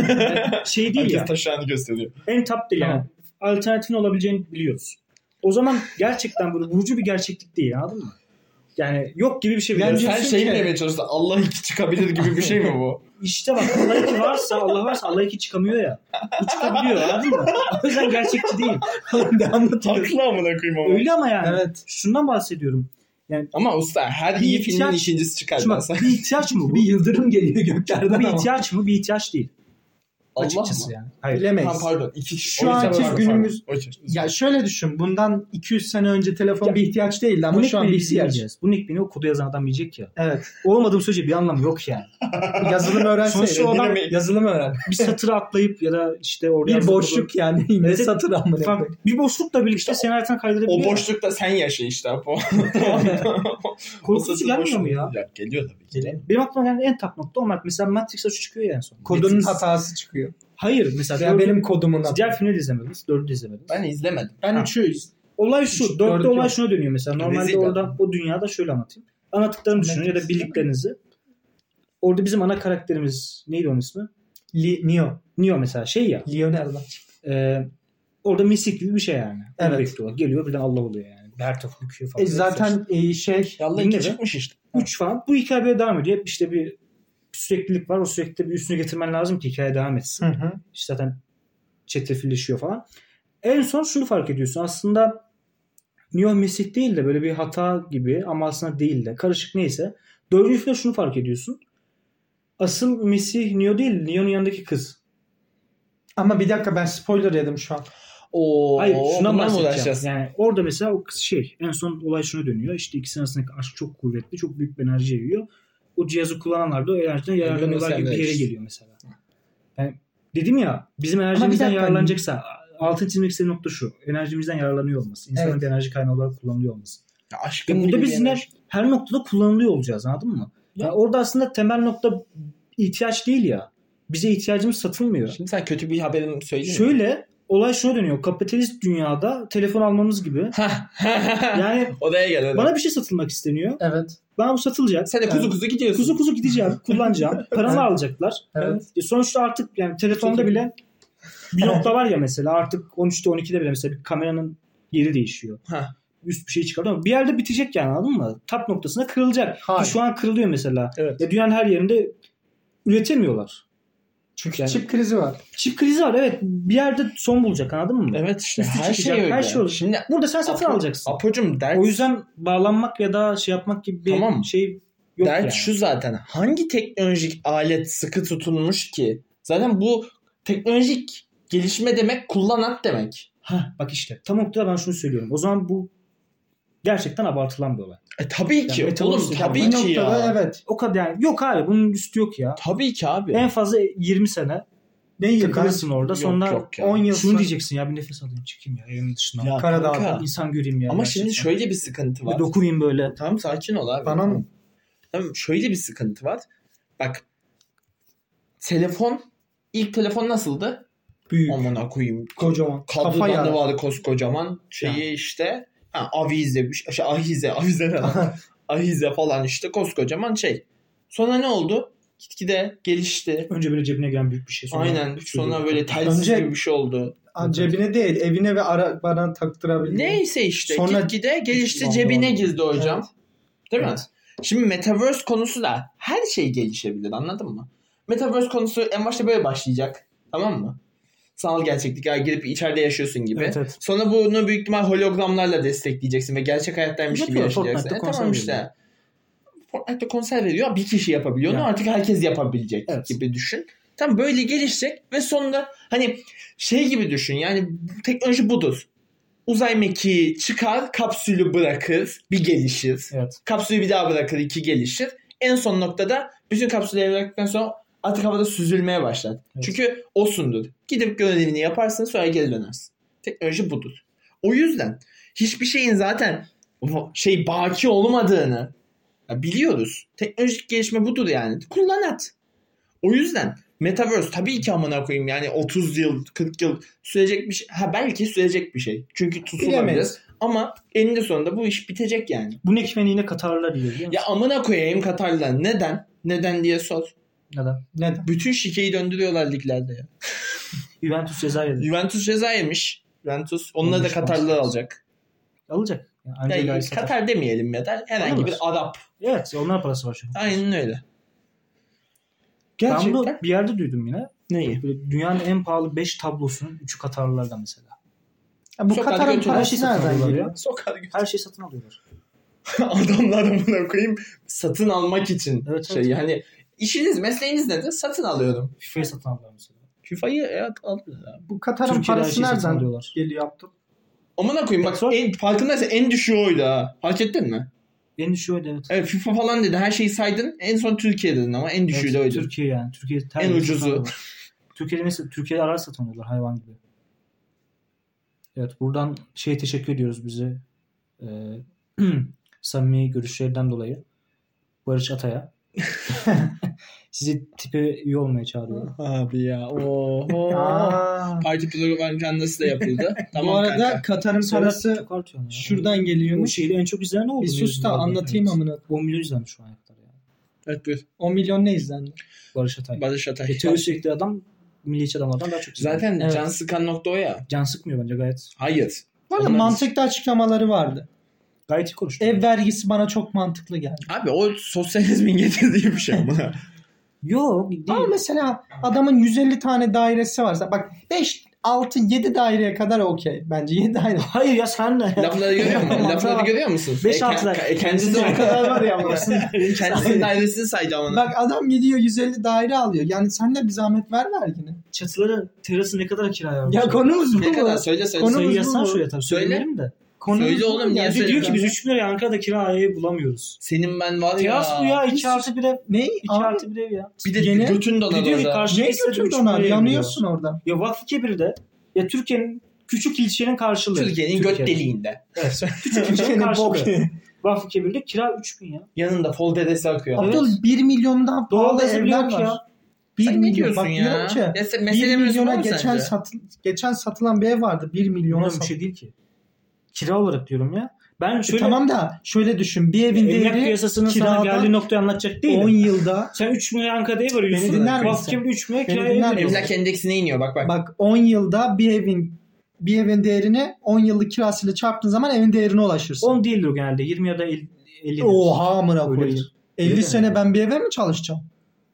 Şey değil Herkes ya. taşağını gösteriyor. En top değil yani. Alternatifin olabileceğini biliyoruz. O zaman gerçekten böyle vurucu bir gerçeklik değil anladın mı? Yani yok gibi bir şey Yani biliyoruz. Sen şey mi demeye çalıştın? Allah 2 çıkabilir gibi bir şey mi bu? İşte bak Allah 2 varsa Allah 2 çıkamıyor ya. Bu çıkabiliyor anladın mı? O yüzden gerçekçi değil. Haklı amına koyayım ama. Öyle ama yani. Evet. Şundan bahsediyorum. Ama usta her Bir iyi filmin ihtiyaç- ikincisi çıkar. Şimdi bak, bir ihtiyaç mı bu? Bir yıldırım geliyor göklerden bir ama. ihtiyaç mı? Bir ihtiyaç değil. Allah Açıkçası mı? yani. Hayır. Bilemeyiz. Ha, pardon. Şu anki günümüz- Ya, Ya şöyle düşün. Bundan 200 sene önce telefon bir ihtiyaç değildi ama Bu şu an bir ihtiyaç. yiyeceğiz. Bu nickbini o kodu yazan adam yiyecek ya. Evet. Olmadığım sürece bir anlamı yok yani. Yazılım öğrenseydi. Sonuçta o adam Dinlemeyin. Yazılım öğren. bir satırı atlayıp ya da işte orada Bir yazdığı boşluk yani. Yine Evet. satır amına kodu- koyayım. bir boşlukla birlikte senin hayatını kaydırabiliyor. O boşlukta sen yaşa işte. Korkutucu gelmiyor mu ya? Geliyor tabii ki. Benim aklıma gelen en top nokta o. Mesela Matrix'e şu çıkıyor ya en son. Kodunun hatası çıkıyor. Hayır mesela. Ya benim kodumun hatası. Diğer filmleri de izlemediniz. 4'ü de izlemediniz. Ben izlemedim. Ben Ha. 3'ü Olay şu. 4'te Dördü olay yok. şuna dönüyor mesela. Normalde Rezil orada o dünyada şöyle anlatayım. Anlattıklarımı düşünün ya da bildiklerinizi. Orada bizim ana karakterimiz neydi onun ismi? Neo. Neo mesela şey ya. Leonardo. Orada misik gibi bir şey yani. Onu Evet. bekliyorlar. Geliyor birden Allah oluyor yani. Her tarafı büküyor falan. Zaten şey Allah Dinle 2 be. çıkmış işte. 3 falan. Bu hikaye böyle devam ediyor. Hep işte bir süreklilik var. O sürekli bir üstüne getirmen lazım ki hikaye devam etsin. hı hı. İşte zaten çetrefilleşiyor falan. En son şunu fark ediyorsun. Aslında Neo Mesih değil de böyle bir hata gibi ama aslında değil de karışık neyse. 4. filmde şunu fark ediyorsun. Asıl Mesih Neo değil, Neo'nun yanındaki kız. Ama bir dakika, ben spoiler yedim şu an. Hayır, şuna bundan mı bahsedeceğim. uğraşacağız? Yani orada mesela o kız en son olay şuna dönüyor. İşte ikisinin arasındaki aşk çok kuvvetli, çok büyük bir enerji yayıyor. O cihazı kullananlar da o enerjiden yararlanıyorlar gibi bir yere geliyor mesela. Yani dedim ya, bizim enerjimizden yararlanacaksa, altın çizmek istediğim nokta şu. Enerjimizden yararlanıyor olması. İnsanın bir enerji kaynağı olarak kullanılıyor olması. Aşkın burada biz yine her noktada kullanılıyor olacağız, anladın mı? Yani orada aslında temel nokta ihtiyaç değil ya. Bize ihtiyacımız satılmıyor. Şimdi sen kötü bir haberini söyleyeyim mi? Şöyle, olay şuna dönüyor. Kapitalist dünyada telefon almamız gibi. Yani odaya gel. Bana bir şey satılmak isteniyor. Evet. Bana bu satılacak. Sen de kuzu gidiyorsun. Kuzu gideceğim, kullanacağım. Paramı alacaklar. Evet. Sonuçta artık yani telefonda bile bir nokta var ya mesela, artık 13'te 12'de bile mesela bir kameranın yeri değişiyor. Üst bir şey çıkarıyor ama bir yerde bitecek yani, anladın mı? Tap noktasına kırılacak. Ki şu an kırılıyor mesela. Evet. Dünyanın her yerinde üretemiyorlar. Çünkü çip krizi var. Çip krizi var, evet. Bir yerde son bulacak, anladın mı? Evet işte. Üstü Her çıkacak, şey öyle. her şey olur. Şimdi burada sen satın alacaksın. Apo'cum dert. O yüzden bağlanmak ya da şey yapmak gibi bir şey yok dert yani. şu zaten. Hangi teknolojik alet sıkı tutulmuş ki? Zaten bu teknolojik gelişme demek kullanat demek. Bak işte. Tam noktada ben şunu söylüyorum. O zaman bu gerçekten abartılan bir olay. Tabii ki. Yani oğlum tabii ki ya. Evet. O kadar yani. Yok abi, bunun üstü yok ya. Tabii ki abi. En fazla 20 sene takılırsın orada. Sonra 10 yıl şunu diyeceksin ya, bir nefes alayım çıkayım ya evin dışına. Ya Karadağ'da. İnsan göreyim ya. Ama gerçekten. şimdi şöyle bir sıkıntı var. Bir dokunayım böyle. Tamam, sakin ol abi. Bana mı? Tamam, şöyle bir sıkıntı var. Bak, ilk telefon nasıldı? Büyük. Amına koyayım. Kocaman. Kablodan da vardı koskocaman. İşte avize, avize ne lan? Ahize falan işte koskocaman şey. Sonra ne oldu? Gitgide gelişti. Önce böyle cebine giren büyük bir şey. Aynen. Sonra böyle telsiz gibi bir şey oldu. Cebine değil, evine ve arabana taktırabildiğin. Neyse işte. Sonra gitgide gelişti, cebine girdi hocam. Evet. Değil mi? Şimdi Metaverse konusu da her şey gelişebilir, anladın mı? Metaverse konusu en başta böyle başlayacak. Tamam mı? Sanal gerçeklik, girip içeride yaşıyorsun gibi. Evet. Sonra bunu büyük ihtimal hologramlarla destekleyeceksin ve gerçek hayattaymış gibi yaşayacaksın. Tamam işte. Fortnite'da konser veriyor. Bir kişi yapabiliyor. Yani. Artık herkes yapabilecek gibi düşün. Tam böyle gelişecek ve sonunda hani şey gibi düşün. Yani teknoloji budur. Uzay mekiği çıkar, kapsülü bırakır, bir gelişir. Evet. Kapsülü bir daha bırakır, 2 gelişir. En son noktada bütün kapsülleri bıraktıktan sonra artık havada süzülmeye başlar. Evet. Çünkü osundur. Gidip görevini yaparsın, sonra geri dönersin. Teknoloji budur. O yüzden hiçbir şeyin zaten baki olmadığını biliyoruz. Teknolojik gelişme budur yani. Kullanat. O yüzden Metaverse tabii ki amına koyayım yani 30 yıl, 40 yıl sürecek bir şey. Belki sürecek bir şey. Çünkü tutulabilir. Ama eninde sonunda bu iş bitecek yani. Bu ekmeğini yine Katarlılar biliyor musun? Ya amına koyayım Katarlılar. Neden? Neden diye sor. Neden? Bütün şikeyi döndürüyorlar liglerde ya. Juventus ceza yedi. Juventus ceza yemiş. Juventus onları da Katarlılar alacak. Alacak. Yani Katar demeyelim ya da herhangi bir Arap. Evet, onlar parası var şu an. Aynen öyle. Gerçekten. Ben bir yerde duydum yine. Neyi? Dünyanın en pahalı 5 tablosunun 3'ü Katarlılardan mesela. Bu Katar'ın parası nereden geliyor? Her şeyi satın alıyorlar. Adamlar buna koyayım satın almak için evet. Yani işiniz, mesleğiniz nedir? Satın alıyorum. FIFA'yı satın alıyorlar mesela. FIFA'yı aldılar. Bu Katar'ın parası nereden geliyor yaptım? Amına koyayım bak farkındaysan en düşüğü oydu ha. Fark ettin mi? En düşüğü oydu evet. Evet, FIFA falan dedi. Her şeyi saydın. En son Türkiye dedin ama en düşüğü de oydu. Türkiye yani. Türkiye en ucuzu. Türkiye'de araç satın alıyorlar hayvan gibi. Evet, buradan teşekkür ediyoruz bize. Samimi görüşlerinden dolayı. Barış Atay'a. Sizi tipe üye olmaya çağırıyorum. Abi ya. Oho. Parti propagandası da yapıldı. Tamam, bu arada kanka. Katar'ın parası şuradan geliyormuş. Bu şeyde en çok izlenen ne oldu? Bir sus da anlatayım amına. 10 milyon izlenmiş şu ana kadar yani. Evet buyur. 10 milyon ne izlendi? Barış Atay. Barış Atay. Terörist adam milliyetçi adamlardan daha çok izlendi. Zaten can sıkan nokta o ya. Can sıkmıyor bence gayet. Hayır. Bu arada mantıklı açıklamaları vardı. Gayet iyi konuştu. Ev vergisi bana çok mantıklı geldi. Abi o sosyalizmin getirdiği bir şey ama. Yok değil. Ama mesela adamın 150 tane dairesi varsa bak 6-7 daireye kadar okey. Bence 7 daire. Hayır ya sen ne? Lafları görüyor musun? Lafları görüyor musun? 5-6 daire. Kendisi Ne kadar var ya burası. kendisinin dairesini sayacağım ona. Bak adam gidiyor 150 daire alıyor. Yani sen de bir zahmet ver vergini. Çatıları, terası ne kadar kiraya vermiş? Ya konumuz bu Ne kadar? mu? Söyle. Konumuz Sayı bu yazsan mu? şuraya tabii. Söyle. Söylemeyelim de. Konumuz Söyle bu oğlum, mu? niye Yani Bize diyor ki söylüyorsun? biz 3 liraya Ankara'da kirayı bulamıyoruz. Senin ben var ya. Teras bu ya 2 artı 1 ev. Ne? 2 Abi, artı 1 ev ya. Bir de Yeni- götün donar Bir diyor ki orada. karşı ne kesede götürdü 3 ona? liraya Yanıyorsun orada. Ya Vakfıkebir'de ya Türkiye'nin küçük ilçenin karşılığı. Türkiye'nin göt deliğinde. Evet. Küçük ilçenin karşılığı. Vakfıkebir'de kira 3.000 ya. Yanında fol dedesi akıyor. Evet. Abdul 1 milyondan pahalı Doğalgazı bile evler yok var. ya. 1 Sen ne milyon. diyorsun Bak ya? diyorum ki Ya 1 meselemiz milyona bu mu sence? geçen satılan bir ev vardı. 1 milyona Ona bir şey değil ki. Kira olarak diyorum ya. Ben şöyle Tamam da şöyle düşün. Bir evin emlak değeri piyasasının sana kiradan geldiği noktayı anlatacak değil 10 mi? yılda Sen 3 milyon Ankara'da ev arıyorsun. Beni dinler misin? Vakfıkebir'de 3 milyon Beni kiraya ev dinler veriyorsun. Emlak endeksine iniyor bak. bak 10 yılda bir evin değerini 10 yıllık kirasıyla çarptığın zaman evin değerine ulaşırsın. 10 değildir o genelde. 20 ya da 50. Oha amına Öyledir. koyayım. Öyle 50 mi? sene ben bir eve mi çalışacağım?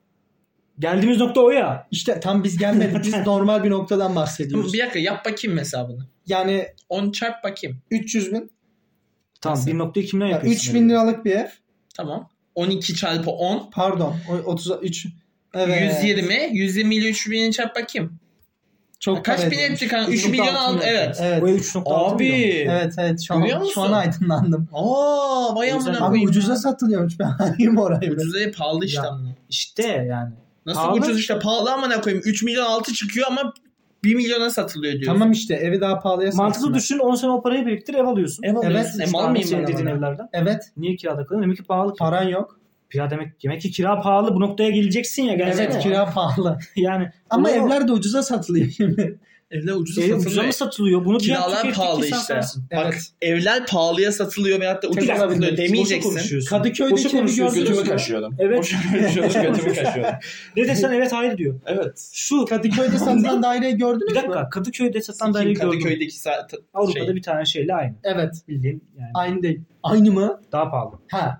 Geldiğimiz nokta o ya. İşte tam biz gelmedik. Biz normal bir noktadan bahsediyoruz. Bir dakika yap bakayım hesabını. Yani 10 çarp bakayım. 300 bin. Tamam Nasıl? 1.2 milyon Yani yapıyorsun. 3 bin liralık bir ev. Tamam. 12 çarpı 10. Pardon. 33. Evet. 120 ile 3 bini çarp bakayım. Çok Kaç para bin etmiş. etti kanka? 3 3.6 milyon aldı. milyon. Evet. Evet. Bu ev 3.6 milyon. Evet Görüyor şu musun? an aydınlandım. Aa vay O yüzden- amına Abi koyayım. ucuza satılıyormuş. Ben arayayım orayı. Ucuza değil, pahalı işte Ya. amına. İşte yani. Nasıl Pahalı. ucuz işte pahalı amına koyayım. 3 milyon altı çıkıyor ama 1 milyona satılıyor diyor. Tamam işte evi daha pahalıya Mantıklı satsınlar. düşün 10 sene o parayı biriktir ev alıyorsun. Ev alıyorsun. Evet, Mal mıyım Senin ben dediğin amına? evlerden. Evet. Niye kirada kalıyorsun? Demek ki pahalı ki. Paran yok. Kira demek ki kira pahalı. Bu noktaya geleceksin ya. Gelsene. Evet kira pahalı. Yani. Ama o- evler de ucuza satılıyor şimdi. Evler ucuza Ev ucuza satılıyor. mı satılıyor? Bunu bilen Kiralar tükettik pahalı ki sen işte. sensin. Bak Evet. evler pahalıya satılıyor veyahut da ucuza Çok satılıyor olabilir. Boşa demeyeceksin. konuşuyorsun. Kadıköy'deki Boşa evi konuşuyorsun. gördünüz Götümü mü? kaşıyordum. Evet. Boşa konuşuyorsun. Götümü kaşıyordum. Ne desen evet hayır diyor. Evet. Şu Kadıköy'de satılan daireyi gördünüz bir mü? dakika Kadıköy'de satan daireyi gördüm. Kadıköy'deki Avrupa'da şey. bir tane şeyle aynı. Evet. Bildiğin yani Aynı değil. Aynı mı? daha pahalı. Ha.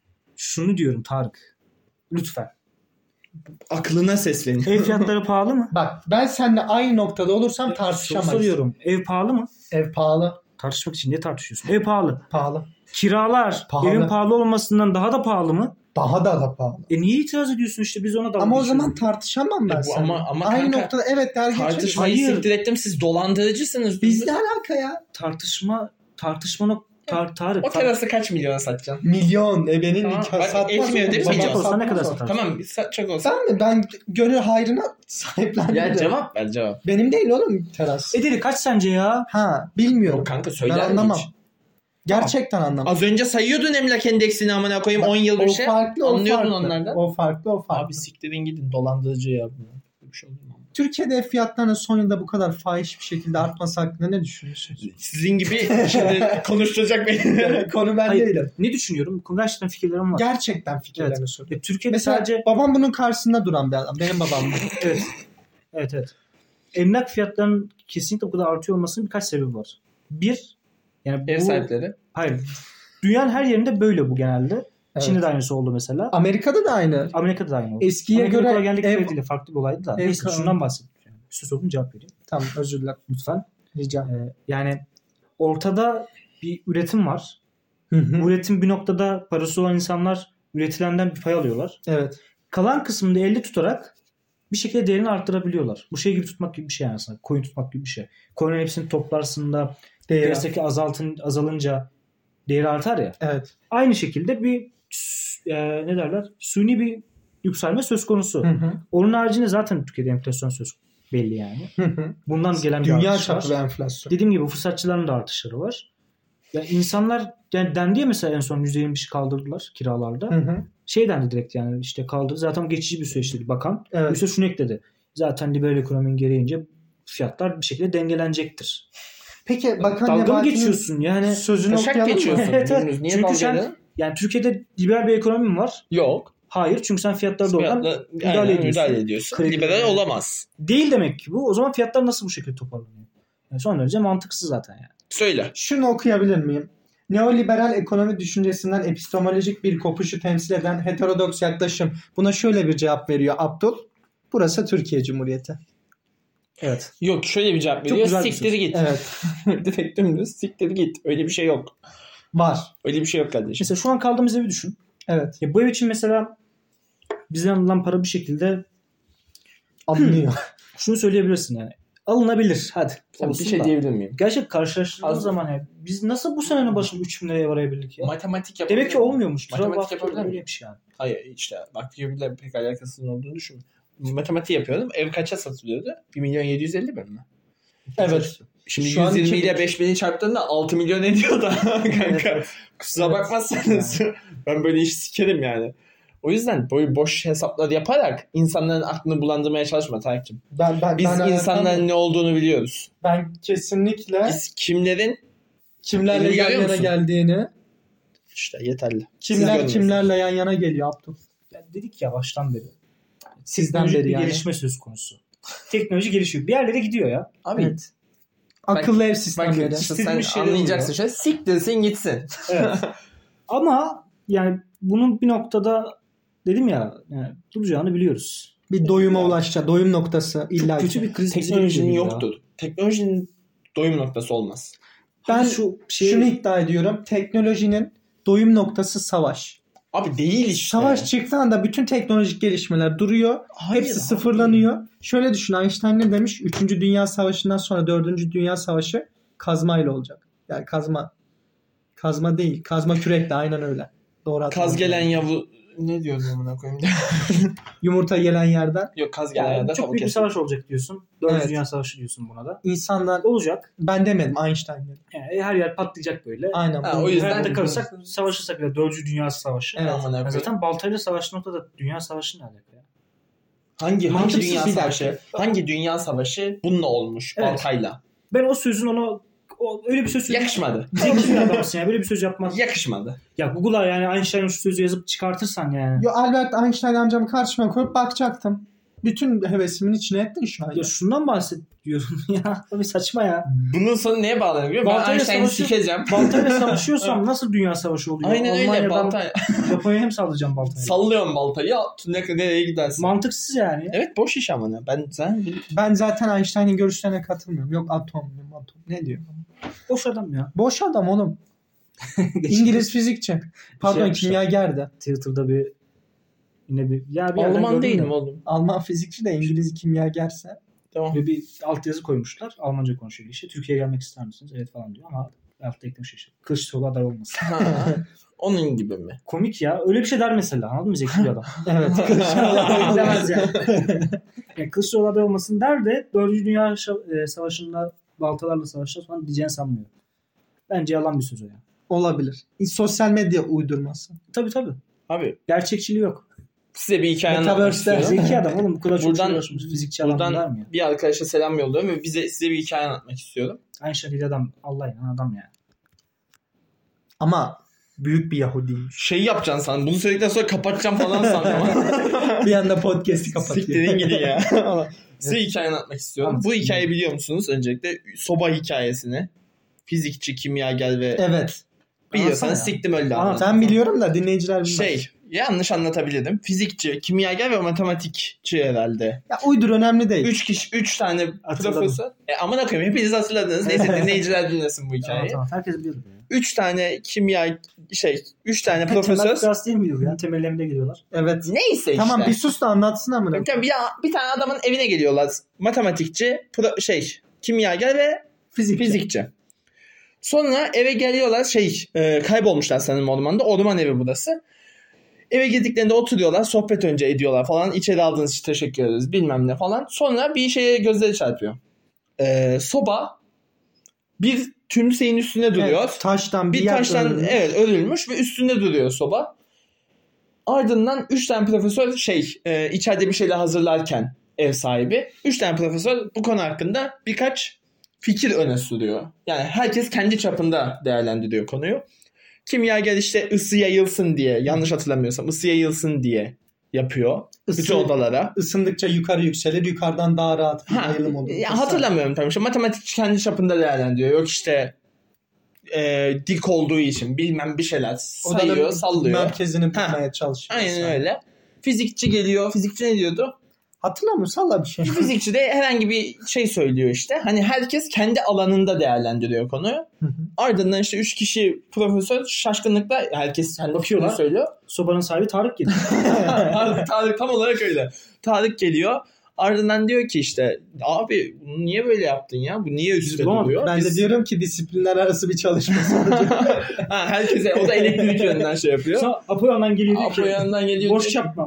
Şunu diyorum Tarık. Lütfen. Aklına sesleniyor. Ev fiyatları pahalı mı? Bak ben seninle aynı noktada olursam tartışamayız. Soruyorum. Ev pahalı mı? Ev pahalı. Tartışmak için niye tartışıyorsun? Ev pahalı. Pahalı. Kiralar Pahalı. evin pahalı olmasından daha da pahalı mı? Daha da pahalı. Niye itiraz ediyorsun işte biz ona da Ama o zaman tartışamam ben Bu seninle. ama Aynı kanka, noktada evet der geçelim. tartışmayı Hayır. siktir ettim, siz dolandırıcısınız. Biz ne alaka ya? Tarık. O terası kaç milyona satacaksın? Milyon. Benim Tamam, nikah bak, satmaz. etmiyor değil mi? Babam Milyon. Olsa ne kadar satmaz o. satar? Tamam satacak olsa. Ben mi? Ben gönül hayrına sahiplendim. Ya cevap ver cevap. Benim değil oğlum teras. Ederi kaç sence ya? Ha bilmiyorum. Yok kanka Ben söyler mi anlamam. hiç? Gerçekten anlamam. Az önce sayıyordun emlak endeksini amına koyayım 10 yıl bir şey. farklı, Anlıyordun farklı. onlardan. O farklı. Abi siktirin gidin dolandırıcı ya bu. Bir şey olur mu? Türkiye'de ev fiyatlarının son yılda bu kadar fahiş bir şekilde artması hakkında ne düşünüyorsunuz? Sizin gibi şimdi konuşturacak beni. Konu ben Hayır. değilim. Ne düşünüyorum? Bu konuda gerçekten fikirlerim var. Gerçekten fikirlerini soruyorum. Türkiye'de Mesela sadece babam bunun karşısında duran bir adam. Benim babam. evet. Emlak fiyatlarının kesinlikle bu kadar artıyor olmasının birkaç sebebi var. Bir, yani Ev bu, sahipleri. hayır. Dünyanın her yerinde böyle bu genelde. Evet. Çin'de de aynısı oldu mesela. Amerika'da da aynı. Amerika'da da aynı oldu. Eskiye Amerika'da göre genellikle ev- değil, farklı bir olaydı da. ev Neyse kanunu. şundan bahsedeyim. Yani. Bir söz olun cevap vereyim. Tamam özür dilerim. Lütfen. Rica. Yani ortada bir üretim var. Hı hı. Bu üretim bir noktada parası olan insanlar üretilenden bir pay alıyorlar. Evet. Kalan kısmını da elde tutarak bir şekilde değerini arttırabiliyorlar. Bu şey gibi tutmak gibi bir şey aslında. Koyun tutmak gibi bir şey. Koyunun hepsini toplarsın da Değer. piyasadaki azalınca değeri artar ya. Evet. Aynı şekilde bir ne derler? Suni bir yükselme söz konusu. Hı hı. Onun haricinde zaten Türkiye'de enflasyon söz belli yani. Hı hı. Bundan gelen bir Dünya artış var. çapı enflasyon. Dediğim gibi fırsatçıların da artışları var. Yani insanlar dendi ya mesela en son %25'i kaldırdılar kiralarda. Hı hı. Şey dendi direkt yani işte kaldırdı. Zaten geçici bir süreç dedi bakan. Evet. Üstelik şunu ekledi. Zaten liberal ekonominin gereğince fiyatlar bir şekilde dengelenecektir. Peki Bakan Dalga mı Nebati'nin geçiyorsun yani? sözünü Taşak okuyalım mı? geçiyorsun. Evet, evet. Dümdüz. Niye Çünkü dalga sen- ediyorsun? Yani Türkiye'de liberal bir ekonomi mi var? Yok. Hayır çünkü sen fiyatları doğrudan Fiyatla- müdahale aynen, ediyorsun. müdahale ediyorsun. Kredi- Liberal olamaz. Değil demek ki bu. O zaman fiyatlar nasıl bu şekilde toparlanıyor? Yani son derece mantıksız zaten yani. Söyle. Şunu okuyabilir miyim? Neoliberal ekonomi düşüncesinden epistemolojik bir kopuşu temsil eden heterodoks yaklaşım buna şöyle bir cevap veriyor Abdul. Burası Türkiye Cumhuriyeti. Evet. Yok şöyle bir cevap Çok veriyor. güzel bir Siktir söz. git. Evet. Direkt dümdüz siktir git. Öyle bir şey yok. Var. Öyle bir şey yok kardeşim. Mesela şu an kaldığımız evi düşün. Evet. Ya bu ev için mesela bize alınan para bir şekilde Alınıyor. şunu söyleyebilirsin yani. Alınabilir. Hadi. Tabii bir Olsun şey da. diyebilir miyim? Gerçek karşılaştırdığımız Az- zaman ya biz nasıl bu senenin başında 3 bin liraya varabildik ya? Matematik yapabilir Demek ki miyim? olmuyormuş. Matematik yapabilir miyim? Öyleymiş yani. Hayır işte vaktiyle pek alakasının olduğunu düşünmüyorum. Matematiği yapıyordum. Ev kaça satılıyordu? 1.750.000 mi? Evet. Şimdi Şu an 120 ile 2,5. 5.000'i çarptığında 6 milyon ediyor da kanka. Evet. Kusura Evet. bakmazsanız ben böyle iş sikerim yani. O yüzden boş hesaplar yaparak insanların aklını bulandırmaya çalışma Tarık'cığım. Biz insanların ne olduğunu biliyoruz. Ben kesinlikle Biz kimlerin kimlerle Görüyor yan yana musun? geldiğini, işte yeterli. kimlerle yan yana geliyor Abdul. Ya dedik ya baştan beri. Sizden Teknolojik beri bir yani. gelişme söz konusu. Teknoloji gelişiyor. Bir yerlere gidiyor ya. Abi Evet. Akıllı ev bak sistemleri. işte sen İstediğimiz şeyler anlayacaksın şey. Siktirsin gitsin. Evet. Ama yani bunun bir noktada dedim ya yani duracağını biliyoruz. Bir doyuma ulaşacak. Doyum noktası illa Kötü ki. bir kriz bizi Teknolojinin bekliyor ya. yoktur. Teknolojinin doyum noktası olmaz. Ben Şu şey- şunu iddia ediyorum. Teknolojinin doyum noktası savaş. Abi değil işte. Savaş çıktığı anda bütün teknolojik gelişmeler duruyor. Hayır Hepsi abi. sıfırlanıyor. Şöyle düşün, Einstein ne demiş? 3. Dünya Savaşı'ndan sonra 4. Dünya Savaşı kazmayla olacak. Yani kazma değil. Kazma kürekle, aynen öyle. Doğru Kaz hatırladım. gelen yavu ne diyordu amına koyayım? Yumurta gelen yerden Yok kaz gelen Yani yerden çok tavuk büyük bir kesiyor. savaş olacak diyorsun. 4. Evet. Dünya Savaşı diyorsun buna da. insanlar, Olacak. ben demedim, Einstein dedi. Yani her yer patlayacak böyle. Aynen. Ha, o yüzden- Hayatta kalırsak savaşırsak bile 4. Dünya Savaşı. Evet. Amına koyayım. Zaten baltayla savaşın noktada Dünya Savaşı ne alaka ya? Hangi Mantıksız dünya bir savaşı? dakika. Hangi dünya savaşı bununla olmuş Evet. baltayla? Ben o sözün öyle bir söz Yakışmadı. Zeki bir adamsın ya. Böyle bir söz yapmaz. Yakışmadı. Ya Google'a yani Einstein'ın şu sözü yazıp çıkartırsan yani. Yo, Albert Einstein amcamı karşıma koyup bakacaktım. Bütün hevesimin içine ettin şu an. Ya şundan bahsediyorum ya. Tabii saçma ya. Bunun sonu neye bağlanıyor biliyor musun? Ben Baltayla Einstein'ı savaşı- sikeceğim. Baltayla savaşıyorsam nasıl dünya savaşı oluyor? Aynen öyle Almanya'dan balta. Japonya'ya hem sallayacağım baltayı? Sallıyorum baltayı. Nereye gidersin? Mantıksız yani. Evet boş iş ama ne? Ben zaten Einstein'ın görüşlerine katılmıyorum. Yok atom. Ne diyor? Boş adam ya. Boş adam oğlum. İngiliz fizikçi. Pardon, yapmışlar. kimyagerdi. Twitter'da bir yerden Alman gördüm değil de mi oğlum? Alman fizikçi de İngiliz kimyagerse. Tamam. Ve bir altyazı koymuşlar. Almanca konuşuyor kişi. Türkiye'ye gelmek ister misiniz? Evet falan diyor ama altta eklemiş işte. Kılıçdaroğlu aday olmasın. Ha, onun gibi mi? Komik ya. Öyle bir şey der mesela. Anladın mı? Zeki bir adam. Evet. Demez yani. Yani Kılıçdaroğlu aday olmasın der de 4. Dünya Savaşı'nda baltalarla savaşacağız falan diyeceğini sanmıyorum. Bence yalan bir söz o ya. Olabilir. Sosyal medya uydurması. Tabii. Abi Gerçekçiliği yok. size bir hikaye anlatmak Metaverse'de istiyorum. Zeki adam oğlum. Bu kadar çok Buradan- şey uğraşmış. Fizikçi adam der mi ya? Buradan bir arkadaşa selam yolluyorum ve size bir hikaye anlatmak istiyorum. Einstein değil adam. Allah inan adam ya. Ama büyük bir Yahudiymiş. Şey yapacaksın sen. Bunu söyledikten sonra kapatacağım falan sandım. Bir anda podcast'i kapatıyor. Siktirin gidin ya. Size hikaye anlatmak istiyorum. Anlat. Bu hikayeyi biliyor musunuz? Öncelikle soba hikayesini. Fizikçi, kimyager ve Evet. biliyorsanız Anlatsana ya. siktim öldü. Anlat. Ben biliyorum da dinleyiciler bilmez. Yanlış anlatabilirim. Fizikçi, kimyager ve matematikçi herhalde. Ya uydur, önemli değil. 3 tane Hatırladım. profesör. Amına koyayım hepiniz hatırladınız. Neyse dinleyiciler dinlesin bu hikayeyi. Tamam. Herkes biliyor. 3 tane 3 tane Tırnak profesör. klas değil mi bu ya? Temellerinde geliyorlar. Evet. Neyse işte. Tamam, bir sus da anlatsın amına. Tabii bir tane adamın evine geliyorlar. Matematikçi, kimyager ve fizikçi. Sonra eve geliyorlar kaybolmuşlar sanırım ormanda. Orman evi burası. Eve girdiklerinde oturuyorlar. Sohbet önce ediyorlar falan. İçeri aldığınız için teşekkür ederiz. Bilmem ne falan. Sonra bir şeye gözleri çarpıyor. Soba bir tümseyin üstünde duruyor. Evet, taştan Bir yer taştan örülmüş. örülmüş ve üstünde duruyor soba. Ardından 3 tane profesör içeride bir şeyler hazırlarken ev sahibi 3 tane profesör bu konu hakkında birkaç fikir öne sürüyor. Yani herkes kendi çapında değerlendiriyor konuyu. Kimyager işte ısı yayılsın diye, yanlış hatırlamıyorsam ısı yayılsın diye yapıyor. Bütün odalara. Isındıkça yukarı yükselir. Yukarıdan daha rahat bir yayılım olur. Ya hatırlamıyorum tabii. İşte matematikçi kendi çapında değerlendiriyor. Yok işte dik olduğu için bilmem bir şeyler sayıyor, Odanın sallıyor. merkezini bulmaya çalışıyor. Aynen öyle. Fizikçi geliyor. Fizikçi ne diyordu? Hatırlamıyorum, salla bir şey. Fizikçi de herhangi bir şey söylüyor işte. Hani herkes kendi alanında değerlendiriyor konuyu. Ardından işte 3 kişi profesör şaşkınlıkla herkes kendi bakıyorlar. fikrini söylüyor. Sobanın sahibi Tarık geliyor. Tarık tam olarak öyle. Tarık geliyor. Ardından diyor ki işte abi bunu niye böyle yaptın ya? Bu niye üstte duruyor? Ben de diyorum ki disiplinler arası bir çalışması olacak. Herkese o da elektrik yönünden şey yapıyor. Sonra Apo yandan geliyor diyor Apo ki yanından geliyor. boş yapma.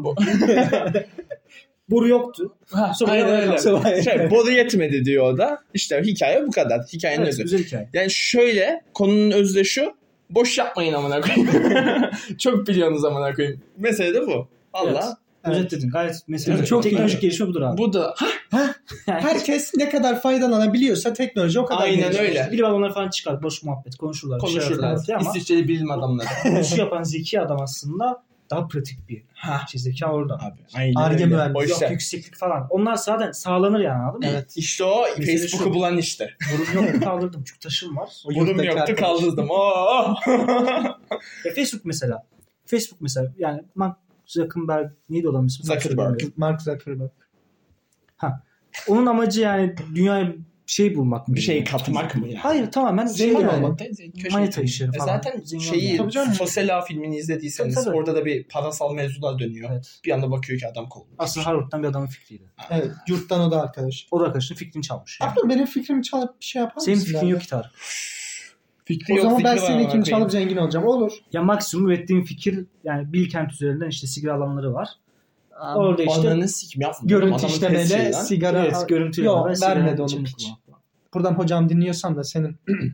Boru yoktu. Sonra Aynen öyle. öyle. Boru yetmedi diyor o da. İşte hikaye bu kadar. Hikayenin Evet, özü. güzel hikaye. Yani şöyle konunun özü de şu. Boş yapmayın amına koyayım. Çok biliyorsunuz amına koyayım. Mesele de bu. Allah. Evet. Özetledin. Gayet mesela Çok teknolojik iyi. gelişme budur abi. Bu da Herkes ne kadar faydalanabiliyorsa teknoloji o kadar Aynen gelişiyor. öyle. Bilim adamları falan çıkar. Boş muhabbet. Konuşurlar. bir şeyler konuşurlar. anlatıyor ama İsviçreli bilim adamları. şu yapan zeki adam aslında daha pratik bir zeka orada. Abi. Aynen Ar-Ge öyle. mühendisi. O işte. Yok yükseklik falan. Onlar zaten sağlanır yani, anladın mı? Evet. İşte o Mesele Facebook'u şu. bulan işte. Burun yoktu kaldırdım çünkü taşım var. O Yorum yurttaki yoktu arkadaş. kaldırdım. Oo. Facebook mesela yani Mark Zuckerberg neydi adamın ismi? Zuckerberg. Mark Zuckerberg. Onun amacı yani dünyaya şey bulmak mı? Bir şey katmak mı ya? Hayır, tamamen Zengin yani. olmak. Manita işleri falan. Zaten Zengin şeyi olmak. Sosyal Ağ filmini izlediyseniz Tabii. orada da bir parasal mevzular dönüyor. Evet. Bir anda bakıyor ki adam kovulmuş. Aslında Harvard'dan bir adamın fikriydi. Evet. Yurttan o da arkadaş. O da arkadaşının fikrini çalmış. Yani. Abla benim fikrimi çalıp bir şey yapar mısın? Senin fikrin abi? yok ki Tarık. Fikri O yok, zaman ben fikri var seninkini amına koyayım. çalıp zengin olacağım. Olur. Ya maksimum ürettiğim fikir yani Bilkent üzerinden işte sigara alanları var. Orada işte Ananı sikim yapma. Görüntü Adamın işlemeyle testi lan. sigara. evet, görüntü Yok, var. Sigara vermedi onu içimlik hiç. var. Buradan hocam dinliyorsan da senin.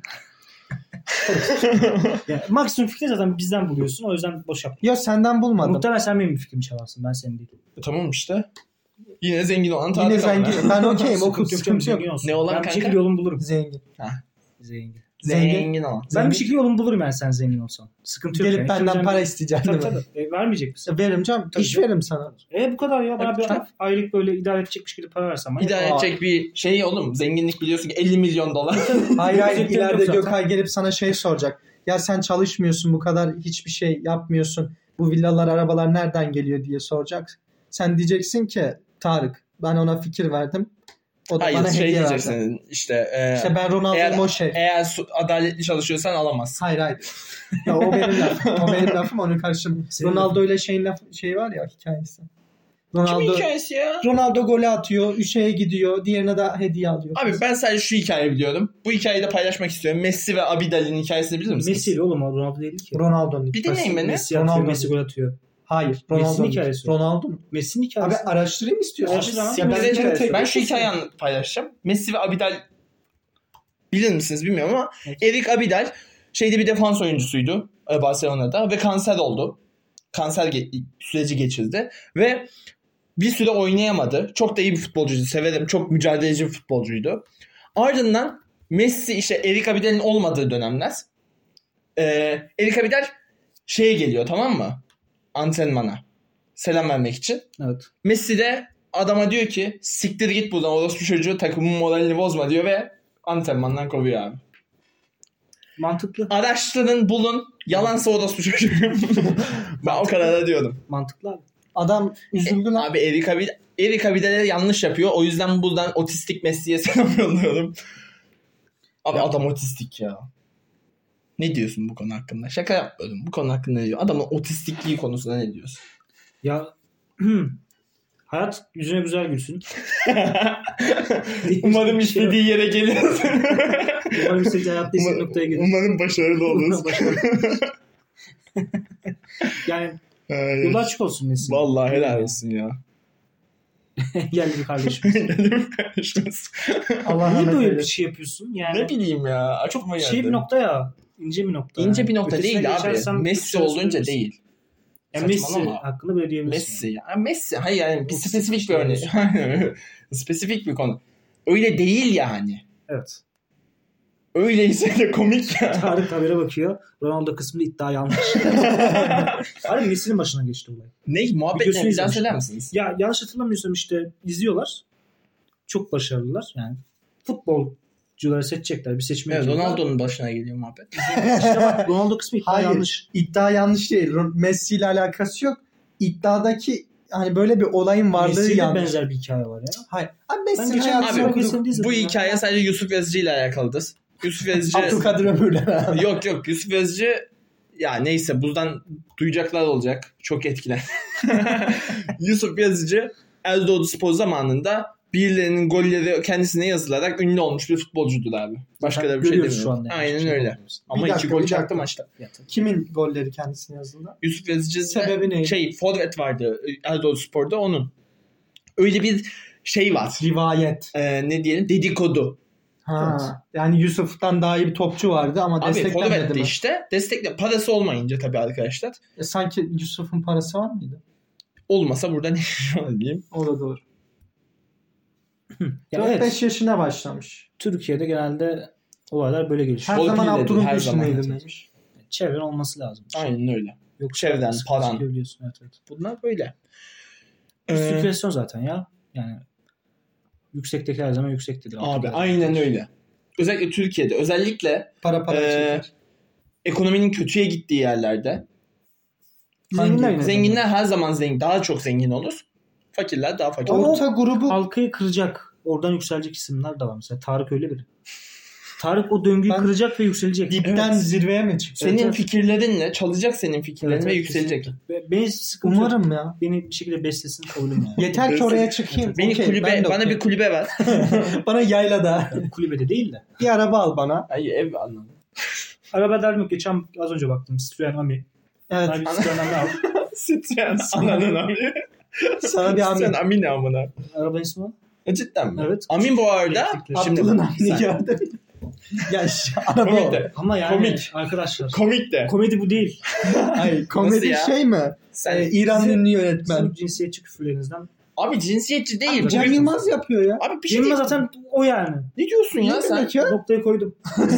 Yani maksimum fikri zaten bizden buluyorsun. O yüzden boş yap. Yok, senden bulmadım. Muhtemelen sen benim fikrimi çalarsın. Ben senin değil. Tamam işte. Yine zengin olan Yine Tarık amına. zengin. Ben okeyim. O Sıkıntı yok canım, sıkıntı yok. zengin olsun. Ne olan ben bir kanka? şekilde yolumu bulurum. Zengin. Zengin. Zengin olan. Ben bir şekilde yolumu bulurum yani sen zengin olsan. Sıkıntı yok. Gelip yani. benden Kimden- para isteyeceksin Tabii değil mi? tabii. Vermeyecek misin? Veririm canım. Tabii İş canım. veririm sana. Bu kadar ya. Bana bir Tabii. aylık böyle idare edecekmiş gibi para versen. bana. İdare edecek bir şey oğlum. Zenginlik biliyorsun ki 50 milyon dolar. Hayır hayır, Yok ileride zaten. Gökay gelip sana şey soracak. Ya sen çalışmıyorsun, bu kadar hiçbir şey yapmıyorsun. Bu villalar, arabalar nereden geliyor diye soracak. Sen diyeceksin ki Tarık, ben ona fikir verdim. O da Hayır bana şey hediye verdi. diyeceksin işte. İşte ben Ronaldo'yum o şey. Eğer adaletli çalışıyorsan alamazsın. Hayır. Ya o benim lafım. O benim lafım, onun karşım. Senin Ronaldo ile şeyin şey var ya, hikayesi. Kimin Ronaldo hikayesi ya? Ronaldo golü atıyor, şeye gidiyor, diğerine de hediye alıyor. Abi ben sadece şu hikayeyi biliyorum. Bu hikayeyi de paylaşmak istiyorum. Messi ve Abidal'in hikayesini bilir misiniz? Messi ile oğlum o Ronaldo değil ki. Ronaldo'nun Bir hikayesi. dinleyin beni. Messi atıyor, Ronaldo. Messi gol atıyor. Hayır, Ronaldo'nun hikayesi. Ronaldo'nun. Messi'nin Abi hikayesi. araştırayım istiyorsan. Araştır Ya ama. ben Messi bir kere hikayesi. tek- Ben şu hikayeyi paylaşacağım. Messi ve Abidal bilir misiniz bilmiyorum ama Evet. Eric Abidal şeyde bir defans oyuncusuydu Barcelona'da ve kanser oldu. Kanser süreci geçirdi ve bir süre oynayamadı. Çok da iyi bir futbolcuydu. Severim. Çok mücadeleci bir futbolcuydu. Ardından Messi işte Eric Abidal'in olmadığı dönemler Eric Abidal şeye geliyor, tamam mı? Antrenmana. Selam vermek için. Evet. Messi de adama diyor ki siktir git buradan, orospu çocuğu, takımın moralini bozma diyor ve antrenmandan kovuyor abi. Mantıklı. Araştırın, bulun. Yalansa orospu çocuğu. Ben o kadar da diyordum. Mantıklı abi. Adam üzüldü lan. Abi Eric Abidal yanlış yapıyor. O yüzden buradan otistik Messi'ye selam yolluyorum. Abi Ya. adam otistik ya. Ne diyorsun bu konu hakkında? Şaka yapmıyorum. Bu konu hakkında ne diyor? Adamın otistikliği konusunda ne diyorsun? Ya hayat yüzüne güzel gülsün. Umarım istediği yere gelir. Umarım istediği hayatta istediği noktaya gelir. Umarım başarılı olur. Yani yolu açık olsun Messi. Vallahi helal olsun ya. Geldi bir kardeşim. Allah Niye rahmet böyle bir eylesin. şey yapıyorsun? Yani Ne bileyim ya. Aklıma geldi. şey bir nokta ya. İnce bir nokta. İnce yani. bir nokta Ötesine değil abi. geçersem Messi kötü olunca söylersin. değil. Yani Messi Saçmalama. hakkında böyle diyebilirsin. Messi ya. Messi. Hayır yani bir Bu spesifik bir işte örnek. Spesifik bir konu. Öyle değil yani. Evet. Öyleyse de komik ya. Tarık habere bakıyor. Ronaldo kısmında iddia yanlış. Abi Messi'nin başına geçti olay. Ne? Muhabbet Videosunu ne? Bir daha izlemiştim. söyler misiniz? Ya yanlış hatırlamıyorsam işte izliyorlar. Çok başarılılar. Yani futbolcuları seçecekler. Bir seçme Evet, yapacaklar. Ronaldo'nun başına geliyor muhabbet. İşte bak Ronaldo kısmı iddia Hayır. yanlış. İddia yanlış değil. Messi ile alakası yok. İddiadaki hani böyle bir olayın varlığı Messi'yle yanlış. benzer bir hikaye var ya. Hayır. Abi Ben Messi'nin geçen hayatını Abi, okuduk. Bu hikaye sadece Yusuf Yazıcı ile alakalıdır. Yusuf Yazıcı... Abdülkadir Ömür'le. Yok Yusuf Yazıcı ya neyse buradan duyacaklar olacak. Çok etkilen. Yusuf Yazıcı Erdoğdu Spor zamanında birilerinin golleri kendisine yazılarak ünlü olmuş bir futbolcudur abi. Başka da bir şey Görüyoruz demiyorum. şu anda. Aynen öyle. Ama dakika, 2 gol bir çaktı dakika. maçta. Kimin golleri kendisine yazıldı? Yusuf Yazıcı Sebebi neydi? forvet vardı Erdoğdu Spor'da onun. Öyle bir şey var. Rivayet. Ne diyelim? Dedikodu. Ha. Yani Yusuf'tan daha iyi bir topçu vardı ama Abi desteklenmedi forvetti mi? işte. Destekle parası olmayınca tabii arkadaşlar. Sanki Yusuf'un parası var mıydı? Olmasa burada ne diyeyim? O da doğru. Ya 4-5 evet, yaşına başlamış. Türkiye'de genelde olaylar böyle gelişiyor. Her zaman Volpi'yle Abdullah her zaman. Gülşin'leydim demiş. Çevren olması lazım. Aynen öyle. Yok Çevren, paran. biliyorsun. Evet, evet. Bunlar böyle. Sirkülasyon zaten ya. Yani yüksekteki her zaman yüksektedir. Abi Alttaki aynen öyle. Özellikle Türkiye'de. Özellikle Para çeker. ekonominin kötüye gittiği yerlerde Hangi- zenginler her zaman zengin, daha çok zengin olur. Fakirler daha fakir olur. Orta grubu halkayı kıracak. Oradan yükselecek isimler de var. Mesela Tarık öyle biri. Tarık o döngüyü Ben- kıracak ve yükselecek. dipten Evet. zirveye mi çıktı? Senin Evet. fikirlerinle çalacak senin fikirlerini Evet, ve evet, yükselecek. kesinlikle. Beni sıkıntı yok. Umarım ya. Beni bir şekilde beslesin kabulüm yani. Yeter ki oraya çıkayım. Beni Okey, kulübe, ben de bana okey. bir kulübe ver. Bana yayla da. Kulübede değil de. Bir araba al bana. Ay ev anladım. Araba derdim yok. Geçen az önce baktım. Citroen Ami. Evet. Bana bir Citroen Ami al. Sitren ananın ami. Sana bir Sitren amin. ami ne amına? Araba ismi var. Cidden mi? Evet. Amin bu arada. Elektrikli. Şimdi Abdullah'ın bak, amini sen- gördüm. Ya araba Komik o. de. Ama yani Komik. arkadaşlar. Komik de. Komedi bu değil. Hayır, komedi ya? şey mi? Sen, İran ünlü yönetmen. Bizim cinsiyetçi küfürlerinizden. abi cinsiyetçi değil. bu Cem bir- Yılmaz yapıyor ya. Abi bir şey Cem değil. Yılmaz zaten o yani. Ne diyorsun ya Ne sen? demek ya? Noktayı koydum.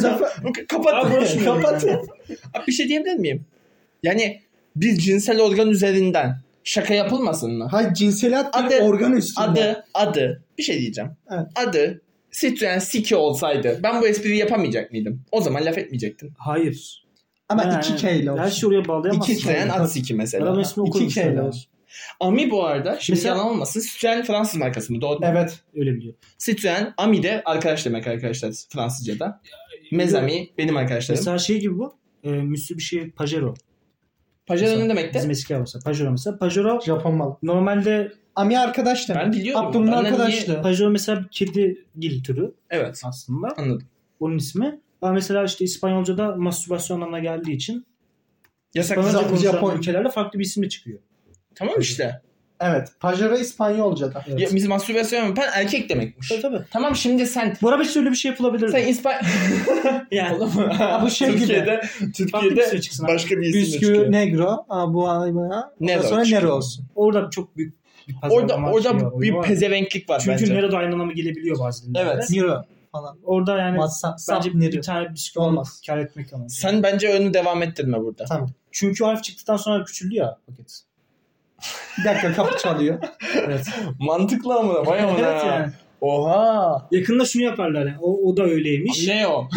Kapat. Abi konuşmuyorum Kapat. yani. Abi bir şey diyebilir miyim? Yani bir cinsel organ üzerinden şaka yapılmasın mı? Hayır, cinseliyet bir Adı- organ üstünde. Adı bir şey diyeceğim. Evet. Adı Citroen Siki olsaydı ben bu espriyi yapamayacak mıydım? O zaman laf etmeyecektin. Hayır. Ama Yani 2K ile her olsun. şeyi oraya bağlayamazsın. İki Citroen Tabii. at Siki mesela. Araba ismi 2K okurmuş ile öyle. olsun. Ami bu arada şimdi Mesela- yalan olmasın. Citroen Fransız markası mı? Doğru mu? Evet. Öyle biliyorum. Citroen Ami de arkadaş demek arkadaşlar Fransızca'da. Mezami benim arkadaşlarım. Mesela şey gibi bu. Mitsubishi Pajero. Pajero ne Mesela demekti? Bizim eski arabası. Pajero mesela. Pajero Japon malı. normalde Ami arkadaş demek. Ben biliyorum. Abdul'un Benden arkadaşlığı. Pajero mesela bir kedigil türü Evet, aslında. anladım. Onun ismi. Ama mesela işte İspanyolca'da mastürbasyon anlamına geldiği için Yasak İspanyolca Japon- konuşulan Japon- ülkelerde farklı bir isimle çıkıyor. Tamam işte. Evet. Pajero İspanyolca'da. Evet. Ya, biz mastürbasyon yapan erkek demekmiş. Tabii. Tamam şimdi sen Bu araba için öyle bir şey yapılabilir. sen İspanya... Yani. bu şey gibi. Türkiye'de, Farklı bir Türkiye'de şey çıksın abi. başka bir isim Bisküvi çıkıyor. Negro. Aa, bu Ondan Nero sonra çıkıyor. Nero olsun. Orada çok büyük bir Orada pazarlama şeyi var, bir oyunu var. pezevenklik var Çünkü bence. Nero'da aynı anlamı gelebiliyor bazı dillerde. Evet. Nero falan. Orada yani WhatsApp, bence Nero. bir tane bisküvi Olmaz. kar etmek ama. Sen bence önü devam ettirme burada. Tamam. Çünkü o harf çıktıktan sonra küçüldü ya paket. Bir dakika, kapı çalıyor. Evet. Mantıklı ama vay amına. Evet yani. Oha. Yakında şunu yaparlar yani. O da öyleymiş. Ne o?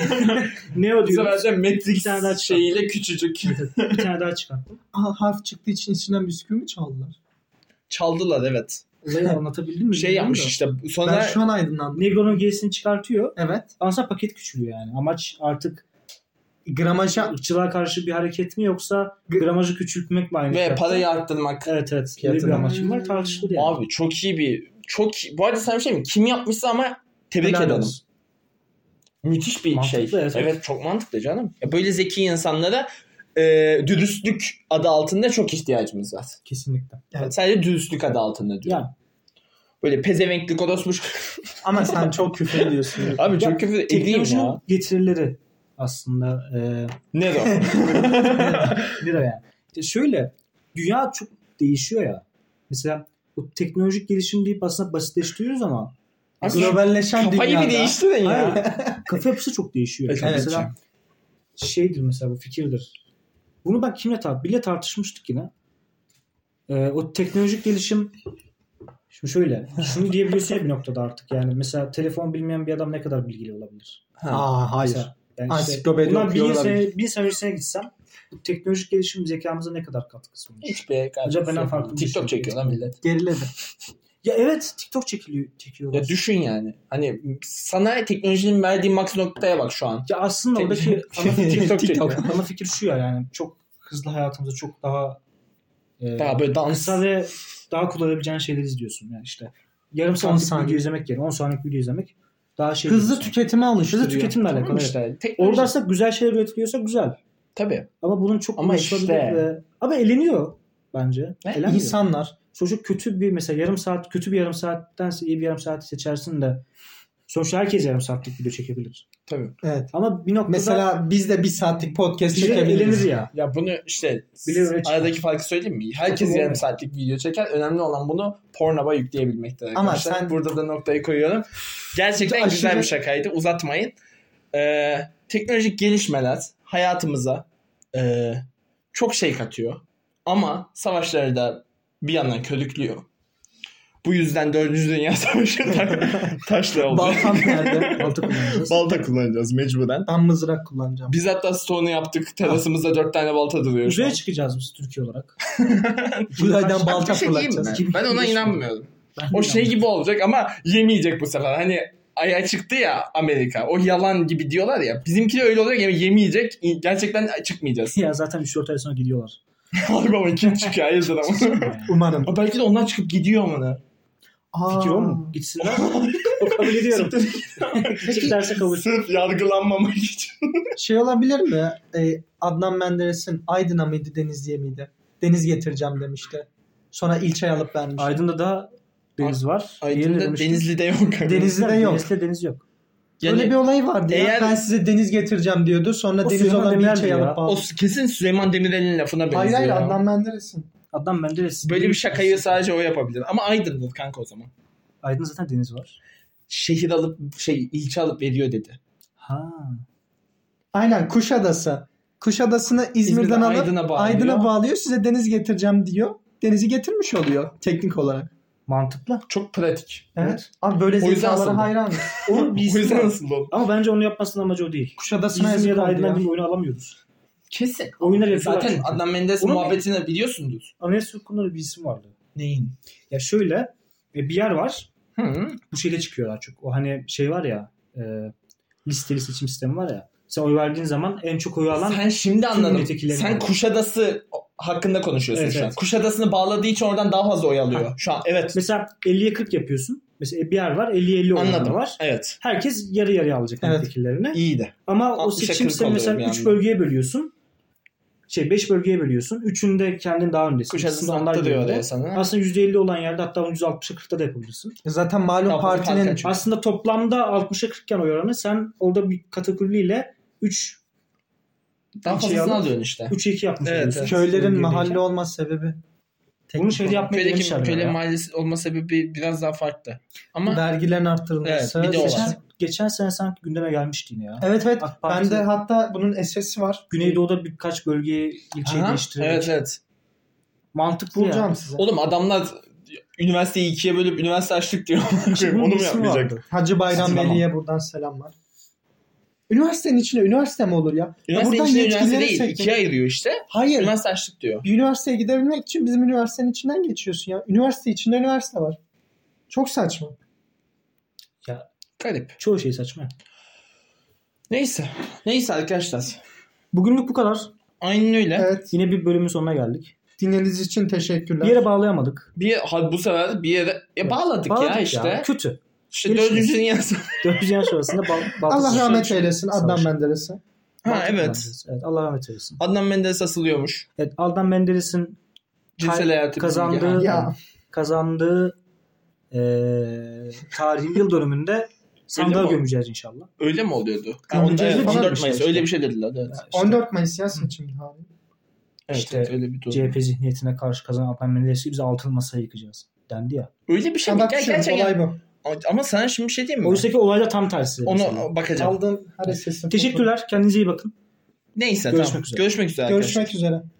Neo Bu diyor. sefer de Matrix Bir tane daha çıkar. şeyiyle küçücük. Bir tane daha çıkarttım. Aha, harf çıktığı için içinden bisküvi mi çaldılar? Çaldılar evet. Olayı anlatabildim mi? Şey bilmiyorum yapmış da. işte Ben sonra şu an aydınlandım. Negro'nun G'sini çıkartıyor. Evet. Ama sonra paket küçülüyor yani. Amaç artık Gramaja ırkçılığa karşı bir hareket mi yoksa gramajı küçültmek mi aynı? ve fiyatta? parayı arttırmak. Evet evet. Fiyatını. Öyle bir amacım var. Tartışılır yani. Abi çok iyi bir bu arada sana bir şey mi? Kim yapmışsa ama tebrik helal ederim. olsun. Müthiş bir Mantıklı, şey. evet. Evet çok mantıklı canım. Ya böyle zeki insanlara dürüstlük adı altında çok ihtiyacımız var. Kesinlikle. Evet. Sadece dürüstlük adı altında diyorum. Yani. Böyle pezevenklik orosmuş. Ama sen çok küfür ediyorsun. Abi Ya, çok küfür edeyim Teknolojinin ya. getirileri aslında Ne o? lira yani. İşte şöyle dünya çok değişiyor ya. Mesela bu teknolojik gelişim deyip aslında basitleştiriyoruz ama Abi Globalleşen Kafayı dünyada. bir değiştirin ya. hayır, kafa yapısı çok değişiyor. Evet. Mesela şeydir mesela bu fikirdir. Bunu ben kimle bile tartışmıştık yine. O teknolojik gelişim şimdi şöyle şunu diyebiliyorsun ya bir noktada artık yani mesela telefon bilmeyen bir adam ne kadar bilgili olabilir? Aa, hayır. Mesela Yani Ansiklopedi bundan okuyor olabilir. 1000 sene öncesine gitsem bu teknolojik gelişim zekamıza ne kadar katkısı olmuş? Hiçbir Acaba benden farklı bir TikTok şey çekiyor lan millet. Geriledi. Ya evet, TikTok çekiyorlar. Ya düşün yani. Hani sana teknolojinin verdiği max noktaya bak şu an. Ya aslında oradaki TikTok çekiyor. ana fikir şu ya, yani çok hızlı hayatımızda çok daha Daha böyle dans. kısa ve daha kullanabileceğin şeyleri izliyorsun. Yani işte yarım 10 saatlik saniye. video izlemek yerine 10 saniyelik video izlemek daha şey. Hızlı diyorsun. tüketime alıştırıyor. Hızlı tüketimle alakalı. Tamam Evet. işte. Teknoloji. Orada aslında güzel şeyler üretiliyorsa güzel. Tabii. Ama bunun çok Ama ulaşılabilir işte- ve... Ama eğleniyor bence. Eğlenmiyor. İnsanlar Çocuk kötü bir, mesela yarım saat, kötü bir yarım saattense iyi bir yarım saati seçersin de sonuçta herkes yarım saatlik video çekebilir. Tabii. evet. Ama bir noktada Mesela biz de 1 saatlik podcast biri çekebiliriz. eğlenir ya. Ya bunu işte Bile öyle çıkar. aradaki farkı söyleyeyim mi? Herkes Tabii, yarım evet. saatlik video çeker. Önemli olan bunu Pornhub'a yükleyebilmektir arkadaşlar. Ama sen- Burada da noktayı koyuyorum. Gerçekten Aşırı- güzel bir şakaydı. Uzatmayın. Teknolojik gelişmeler hayatımıza çok şey katıyor. Ama savaşları da bir yandan körüklüyor. Bu yüzden 4. Dünya Savaşı taşla oldu. Baltam nerede? Altı kullanacağız. Balta kullanacağız mecburen. Ben mızrak kullanacağım. Biz hatta stoğunu yaptık. Terasımızda 4 tane balta duruyor şu an. Uzaya çıkacağız biz Türkiye olarak. Uzaydan balta Bir şey diyeyim fırlatacağız. mi? Ben ona inanmıyorum. Ben O de şey inanmıyorum. gibi olacak ama yemeyecek bu sefer. Hani Ay'a çıktı ya Amerika. O yalan gibi diyorlar ya. Bizimki de öyle olacak ya, yemeyecek. Gerçekten çıkmayacağız. Ya zaten 3-4 ay sonra gidiyorlar. Harbi ama kim çıkıyor? Hayırdır ama. Yani. Umarım. Ha, belki de onlar çıkıp gidiyor ama da. Fikir o mu? Gitsinler. O kabul ediyorum. Küçük derse kabul. Sırf yargılanmamak için. Şey olabilir mi? Adnan Menderes'in Aydın'a mıydı Denizli'ye miydi? Deniz getireceğim demişti. Sonra ilçe alıp vermiş. Aydın'da da deniz var. Diğeri de Aydın'da demiştim. Denizli'de yok. Denizli'de yok. Denizli'de deniz yok. Yani Öyle bir olay vardı ya. eğer- Ben size deniz getireceğim diyordu. Sonra O deniz Süleyman olan bir Demirel ilçeyi ya. alıp o aldı. kesin Süleyman Demirel'in lafına benziyor. Hayır hayır ya. Adnan Menderes'in. Adnan Menderes. Böyle bir şakayı sadece o yapabilir. Ama Aydın'dır kanka o zaman. Aydın'da zaten deniz var. Şehir alıp ilçe alıp veriyor dedi. Ha. Aynen Kuşadası. Kuşadası'nı İzmir'den İzmir'den alıp Aydın'a bağlıyor. Aydın'a bağlıyor. Size deniz getireceğim diyor. Denizi getirmiş oluyor teknik olarak. Mantıklı. Çok pratik. Evet. Abi böyle O yüzden zekalara asıldı. hayranım. Onun bir O ismi yüzden var. nasıl oldu? Ama bence onu yapmasının amacı o değil. Kuşadası'na İzmir ya yazık da oldu Aydın'dan ya. bir oyunu alamıyoruz. Kesin. Oyunlar yapıyorlar Zaten çünkü. Adnan Menderes Onun- muhabbetini biliyorsundur. Anayasa hukukunda bir isim vardı. Neyin? Ya şöyle bir yer var. Hı. Bu şeyle çıkıyorlar çok. O hani şey var ya, listeli seçim sistemi var ya. Sen oy verdiğin zaman en çok oy alan Sen şimdi anladım. milletvekillerini Sen alıyor. Kuşadası hakkında konuşuyorsun Evet, şu an. evet. Kuşadası'nı bağladığı için oradan daha fazla oy alıyor. Ha. Şu an evet. mesela 50'ye 40 yapıyorsun. Mesela bir yer var 50-50 oranı Anladım. var. Evet. Herkes yarı yarıya alacak Evet. milletvekillerini. İyiydi. Ama o 60'a seçim 40 sistemi oluyor mesela bir 3 anda. bölgeye bölüyorsun. 5 bölgeye bölüyorsun. Üçünde kendin daha öndesin. Kuşadası İkisinde onlar attırıyor geride. oraya sana. Aslında %50 olan yerde hatta onu %60'a 40'ta da yapabilirsin. Zaten malum Kapı partinin fark açıyor. Aslında toplamda 60'a 40 iken oy oranı, sen orada bir kategoriyle 3 Daha şey fazlasını alıp alıyorsun işte. 3'e 2 yapmış Evet, oluyorsun. evet. köylerin Bölgedeyken. mahalle olma sebebi. Bunu şeyde yapmaya Köydeki denemişler. köylerin ya. mahallesi olma sebebi biraz daha farklı. Ama Vergilerin arttırılması. Evet, bir de o var. Geçen sene sanki gündeme gelmişti yine ya. Evet evet. AK Parti- Bende hatta bunun SS'i var. Güneydoğu'da birkaç bölgeyi, ilçeyi Aha, değiştirerek. evet evet. Mantıklı Bulacağım ya. size. Oğlum adamlar üniversiteyi 2'ye bölüp üniversite açtık diyor. İşte bunun Onu mu ismi yapmayacak? vardı. Hacı Bayram Tamam. Veli'ye buradan selamlar. Üniversitenin içine üniversite mi olur ya? Üniversitenin Buradan içinde üniversite yetkililere değil. sektir- 2'ye ayırıyor işte. Hayır. Üniversite açtık diyor. Bir üniversiteye gidebilmek için bizim üniversitenin içinden geçiyorsun ya. Üniversite içinde üniversite var. Çok saçma. Garip. Çoğu şey saçma. Neyse. Neyse arkadaşlar. Bugünlük bu kadar. Aynen öyle. Evet. Yine bir bölümün sonuna geldik. Dinlediğiniz için teşekkürler. Bir yere bağlayamadık. Bu sefer bir yere bağladık ya işte. Kötü. İşte Gelişiriz. 4. Dünya 4. Dünya sonrasında Allah rahmet eylesin Savaş. Adnan Menderes'e. Ha evet. Evet, Allah rahmet eylesin. Adnan Menderes asılıyormuş. Evet, Adnan Menderes'in Cinsel hayatı kazandığı bilgi. Ya. kazandığı tarihin yıl dönümünde sandığa mi? gömeceğiz inşallah. Öyle mi oluyordu? Gömeceğiz Evet, falan 14 işte. Mayıs öyle bir şey dediler. Evet. Ya işte 14 Mayıs ya seçim abi. Evet, işte evet, öyle bir durum. CHP zihniyetine karşı kazanan Adnan Menderes'i biz altılı masaya yıkacağız dendi ya. Öyle bir şey mi? Bak şu Gerçekten. olay bu. Ama sana şimdi bir şey diyeyim mi? Oysaki olayda tam tersi. mesela. Onu bakacağım. Aldığın her sesini. Teşekkürler. Kendinize iyi bakın. Neyse Görüşmek tamam. üzere. Görüşmek üzere arkadaşlar. Görüşmek üzere.